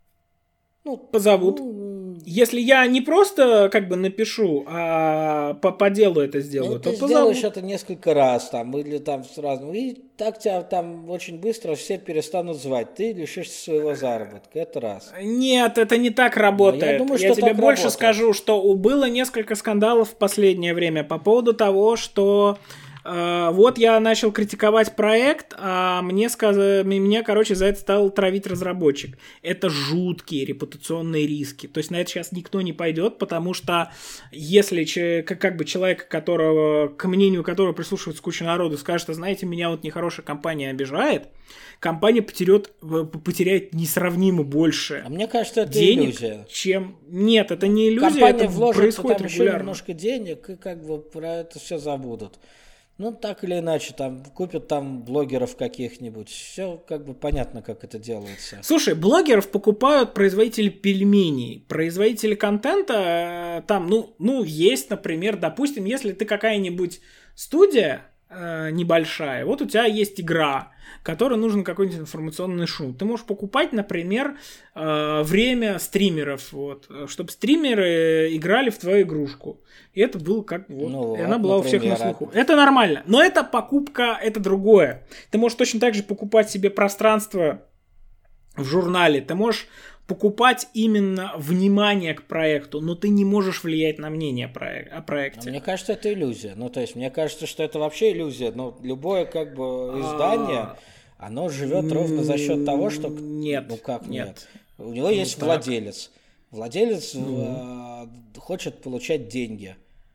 Ну, позовут. Ну, если я не просто как бы напишу, а по, по делу это сделаю, ну, то ты позовут. сделаешь это несколько раз там, или там сразу. И так тебя там очень быстро все перестанут звать. Ты лишишься своего заработка. Это раз. Нет, это не так работает. Я, думаю, что я тебе больше работает. скажу, что было несколько скандалов в последнее время по поводу того, что э, вот я начал критиковать проект, а мне, сказ... меня, короче, за это стал травить разработчик. Это жуткие репутационные риски. То есть на это сейчас никто не пойдет, потому что если как бы человек, которого, к мнению которого прислушивается куча народу, скажет, что, знаете, меня вот нехорошая компания обижает, компания потеряет, потеряет несравнимо больше. А мне кажется, это денег, иллюзия. Чем... Нет, это не иллюзия, компания это вложит происходит там регулярно. Еще немножко денег, и как бы про это все забудут. Ну, так или иначе, там купят там блогеров каких-нибудь. Все как бы понятно, как это делается. Слушай, блогеров покупают производители пельменей. Производители контента там, ну, ну, есть, например, допустим, если ты какая-нибудь студия э, небольшая, вот у тебя есть игра, которой нужен какой-нибудь информационный шум. Ты можешь покупать, например, э, время стримеров, вот, чтобы стримеры играли в твою игрушку. И это было как вот, ну, и она была например, у всех на слуху. Это нормально. Но это покупка, это другое. Ты можешь точно так же покупать себе пространство в журнале. Ты можешь покупать именно внимание к проекту, но ты не можешь влиять на мнение о проекте. Мне кажется, это иллюзия. Ну, то есть, мне кажется, что это вообще иллюзия. Но любое как бы издание, оно живет ровно за счет того, что... Нет. Ну, как нет? нет. У него ну, есть так. владелец. Владелец ну. э, хочет получать деньги.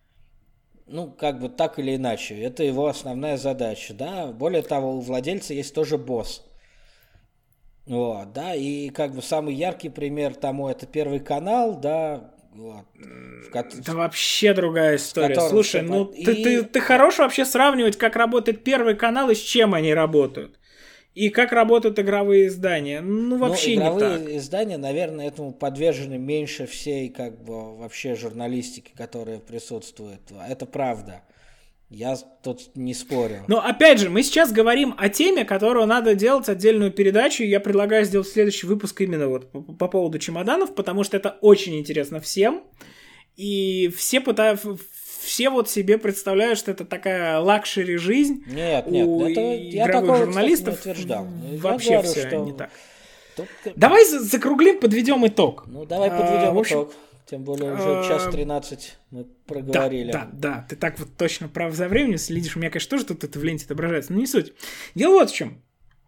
Ну, как бы так или иначе. Это его основная задача, да. Более того, у владельца есть тоже босс. Вот, да, и как бы самый яркий пример тому это Первый канал, да. Вот, ко- это вообще другая история. Слушай, ну и... ты, ты, ты хорош вообще сравнивать, как работает Первый канал и с чем они работают. И как работают игровые издания. Ну, вообще ну, не так. Игровые издания, наверное, этому подвержены меньше всей, как бы, вообще журналистики, которая присутствует. Это правда. Я тут не спорю. Но, опять же, мы сейчас говорим о теме, которую надо делать отдельную передачу. Я предлагаю сделать следующий выпуск именно вот по, по поводу чемоданов, потому что это очень интересно всем. И все пытаются... Все вот себе представляют, что это такая лакшери жизнь. Нет, нет, у это я игровых такого, журналистов. кстати, не утверждал. Вообще я говорю, все что... не так. Тут... Давай закруглим, подведем итог. Ну, давай подведем а, общем, итог. Тем более уже час тринадцать мы проговорили. Да, да, да. Ты так вот точно прав за временем следишь. У меня, конечно, тоже тут это в ленте отображается, но не суть. Дело вот в чем.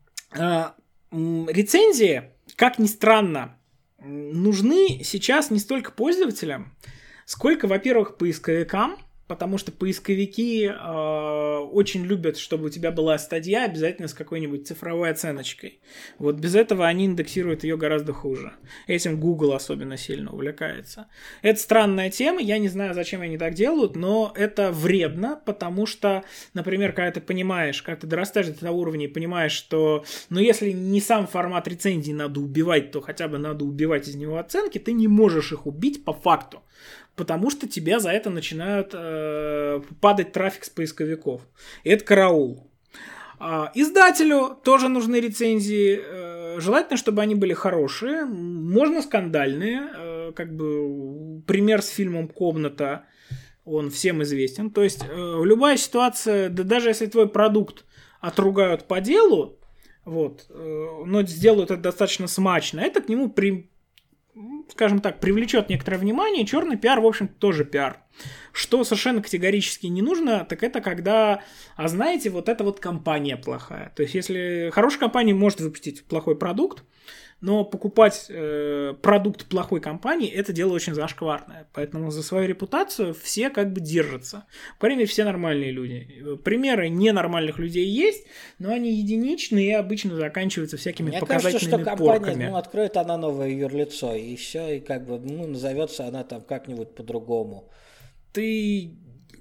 Рецензии, как ни странно, нужны сейчас не столько пользователям, сколько, во-первых, поисковикам, потому что поисковики э, очень любят, чтобы у тебя была статья обязательно с какой-нибудь цифровой оценочкой. Вот без этого они индексируют ее гораздо хуже. Этим Google особенно сильно увлекается. Это странная тема, я не знаю, зачем они так делают, но это вредно, потому что, например, когда ты понимаешь, когда ты дорастаешь до этого уровня и понимаешь, что, ну, если не сам формат рецензии надо убивать, то хотя бы надо убивать из него оценки, ты не можешь их убить по факту. Потому что тебя за это начинают э, падать трафик с поисковиков. И это караул. А, издателю тоже нужны рецензии. Э, желательно, чтобы они были хорошие. Можно скандальные. Э, как бы пример с фильмом «Комната», он всем известен. То есть э, любая ситуация, да даже если твой продукт отругают по делу, вот, э, но сделают это достаточно смачно, это к нему при скажем так, привлечет некоторое внимание. Черный пиар, в общем-то, тоже пиар. Что совершенно категорически не нужно, так это когда, а знаете, вот эта вот компания плохая. То есть, если хорошая компания может выпустить плохой продукт, но покупать э, продукт плохой компании – это дело очень зашкварное. Поэтому за свою репутацию все как бы держатся. По крайней мере, все нормальные люди. Примеры ненормальных людей есть, но они единичные и обычно заканчиваются всякими Мне показательными кажется, что порками. компания, ну, откроет она новое юрлицо, и все, и как бы, ну, назовется она там как-нибудь по-другому. Ты...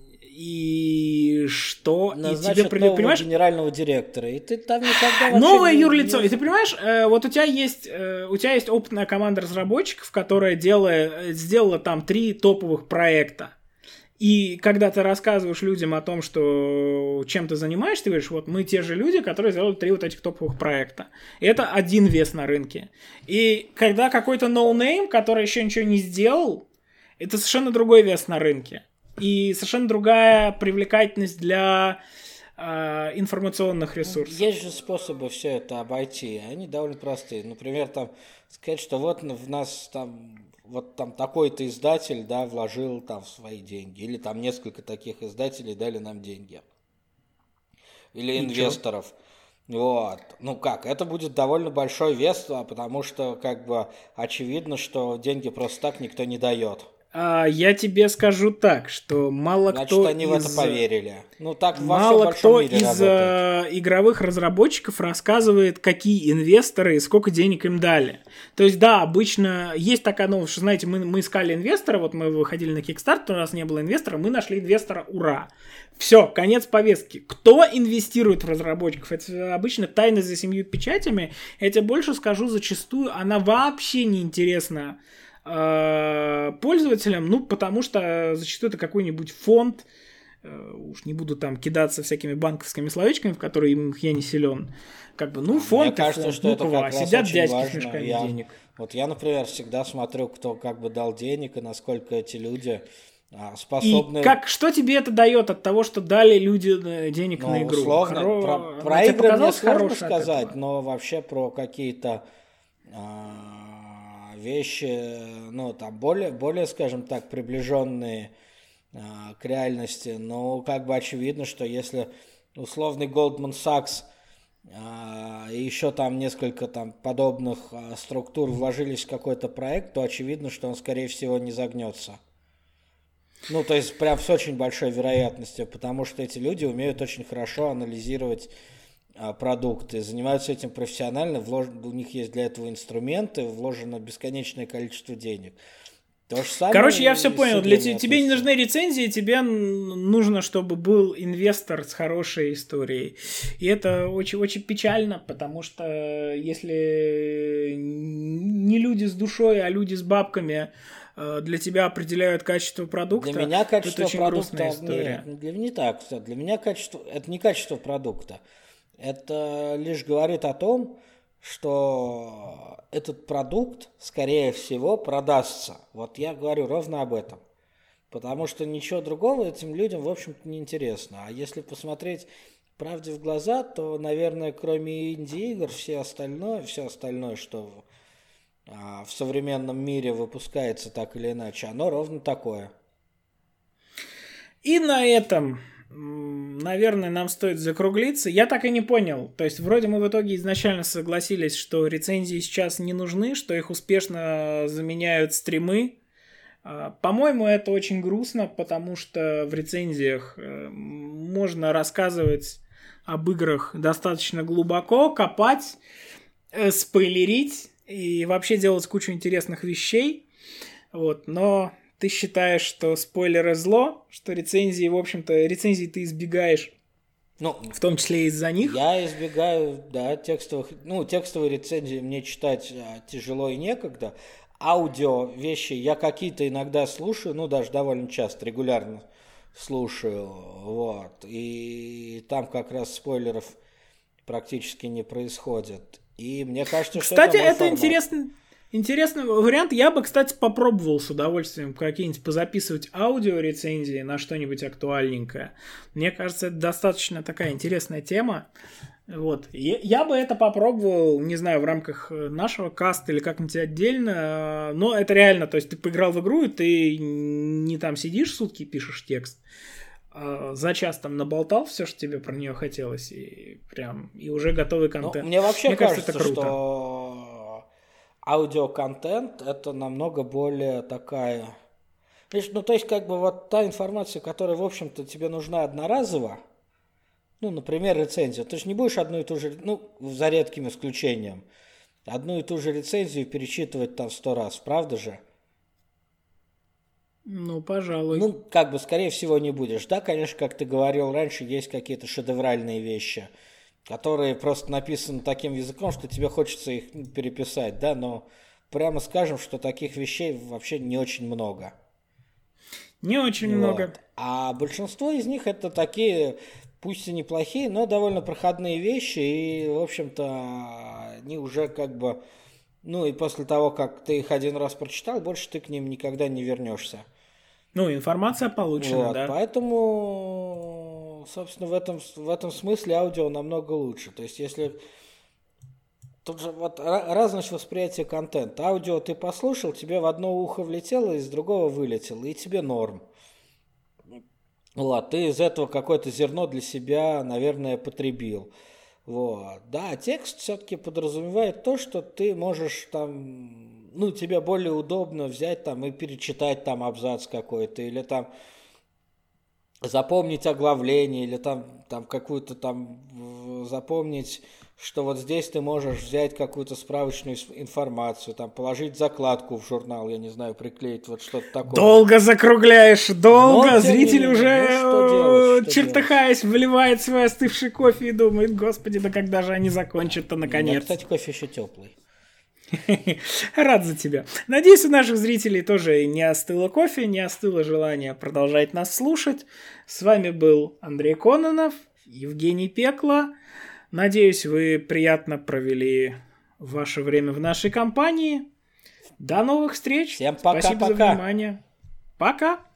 И что? Назначат и тебе, нового понимаешь, генерального директора, и ты там никогда вообще новое не, юрлицо. не... И ты понимаешь, э, вот у тебя есть, э, у тебя есть опытная команда разработчиков, которая делая, сделала там три топовых проекта. И когда ты рассказываешь людям о том, что чем ты занимаешься, ты говоришь, вот мы те же люди, которые сделали три вот этих топовых проекта. И это один вес на рынке. И когда какой-то ноунейм, который еще ничего не сделал, это совершенно другой вес на рынке. И совершенно другая привлекательность для э, информационных ресурсов. Есть же способы все это обойти, они довольно простые. Например, там сказать, что вот в нас там вот там такой-то издатель, да, вложил там свои деньги, или там несколько таких издателей дали нам деньги, или И инвесторов. Чё? Вот. Ну как, это будет довольно большой вес, потому что как бы очевидно, что деньги просто так никто не дает. А, я тебе скажу так, что мало Значит, кто они из... в это поверили. Ну так во Мало всем кто большом мире из работает. э, игровых разработчиков рассказывает, какие инвесторы и сколько денег им дали. То есть, да, обычно есть такая новость, что, знаете, мы, мы искали инвестора, вот мы выходили на Kickstarter, у нас не было инвестора, мы нашли инвестора, ура! Все, конец повестки. Кто инвестирует в разработчиков? Это обычно тайна за семью печатями. Я тебе больше скажу, зачастую она вообще не интересна пользователям, ну, потому что зачастую это какой-нибудь фонд, уж не буду там кидаться всякими банковскими словечками, в которые я не силен, как бы, ну, фонд, Мне кажется, фонд, что ну, это как раз сидят очень дядьки важно. с мешками Я, денег. Вот я, например, всегда смотрю, кто как бы дал денег и насколько эти люди способны... И как, что тебе это дает от того, что дали люди денег ну, на игру? Условно, Хоро... про, про игры мне сложно сказать, но вообще про какие-то а, вещи, ну, там, более, более, скажем так, приближенные а, к реальности, но как бы очевидно, что если условный Goldman Sachs а, и еще там несколько там подобных а, структур вложились в какой-то проект, то очевидно, что он, скорее всего, не загнется. Ну, то есть, прям с очень большой вероятностью, потому что эти люди умеют очень хорошо анализировать а, продукты, занимаются этим профессионально, влож... у них есть для этого инструменты, вложено бесконечное количество денег. То же самое. Короче, я все понял. Для тебя, тебе не нужны рецензии, тебе нужно, чтобы был инвестор с хорошей историей. И это очень, очень печально, потому что если не люди с душой, а люди с бабками для тебя определяют качество продукта, для меня качество это очень продукта, грустная история. Нет, для, не так. Для меня качество, это не качество продукта. Это лишь говорит о том, что этот продукт, скорее всего, продастся. Вот я говорю ровно об этом. Потому что ничего другого этим людям, в общем-то, не интересно. А если посмотреть правде в глаза, то, наверное, кроме инди-игр, все остальное, все остальное, что а, в современном мире выпускается так или иначе, оно ровно такое. И на этом... наверное, нам стоит закруглиться. Я так и не понял. То есть, вроде мы в итоге изначально согласились, что рецензии сейчас не нужны, что их успешно заменяют стримы, По-моему, это очень грустно, потому что в рецензиях можно рассказывать об играх достаточно глубоко, копать, спойлерить и вообще делать кучу интересных вещей. Вот. Но ты считаешь, что спойлеры зло, что рецензии, в общем-то, рецензии ты избегаешь, ну, в том числе из-за них? Я избегаю, да, текстовых... Ну, текстовые рецензии мне читать тяжело и некогда. Аудио вещи я какие-то иногда слушаю, ну, даже довольно часто, регулярно слушаю, вот. И там как раз спойлеров практически не происходит. И мне кажется, что кстати, это, это интересный, интересный вариант. Я бы, кстати, попробовал с удовольствием какие-нибудь позаписывать аудиорецензии на что-нибудь актуальненькое. Мне кажется, это достаточно такая интересная тема. Вот. Я, я бы это попробовал, не знаю, в рамках нашего каста или как-нибудь отдельно, но это реально, то есть ты поиграл в игру, и ты не там сидишь сутки и пишешь текст, а за час там наболтал все, что тебе про нее хотелось, и прям, и уже готовый контент. Ну, мне вообще мне кажется, кажется, это круто. Что аудиоконтент это намного более такая... Ну, то есть, как бы вот та информация, которая, в общем-то, тебе нужна одноразово, ну, например, рецензия. Ты же не будешь одну и ту же, ну, за редким исключением, одну и ту же рецензию перечитывать там сто раз, правда же? Ну, пожалуй. Ну, как бы, скорее всего, не будешь. Да, конечно, как ты говорил раньше, есть какие-то шедевральные вещи, которые просто написаны таким языком, что тебе хочется их переписать, да, но прямо скажем, что таких вещей вообще не очень много. Не очень вот. много. А большинство из них это такие... Пусть и неплохие, но довольно проходные вещи, и, в общем-то, они уже как бы, ну, и после того, как ты их один раз прочитал, больше ты к ним никогда не вернешься. Ну, информация получена, вот, да. Поэтому, собственно, в этом, в этом смысле аудио намного лучше. То есть, если... Тут же вот разность восприятия контента. Аудио ты послушал, тебе в одно ухо влетело, из другого вылетело, и тебе норм. Вот, ты из этого какое-то зерно для себя, наверное, потребил. Вот. Да, текст все-таки подразумевает то, что ты можешь там, ну, тебе более удобно взять там и перечитать там абзац какой-то, или там запомнить оглавление, или там, там какую-то там запомнить, что вот здесь ты можешь взять какую-то справочную информацию, там положить закладку в журнал, я не знаю, приклеить вот что-то такое. Долго закругляешь, долго. Но, зритель менее, уже, ну, что делать, что чертыхаясь, делать? Выливает свой остывший кофе и думает, господи, да когда же они закончат-то наконец. У меня, кстати, кофе еще теплый. Рад за тебя. Надеюсь, у наших зрителей тоже не остыло кофе, не остыло желание продолжать нас слушать. С вами был Андрей Кононов, Евгений Пекло. Надеюсь, вы приятно провели ваше время в нашей компании. До новых встреч. Всем пока-пока. Спасибо за внимание. Пока.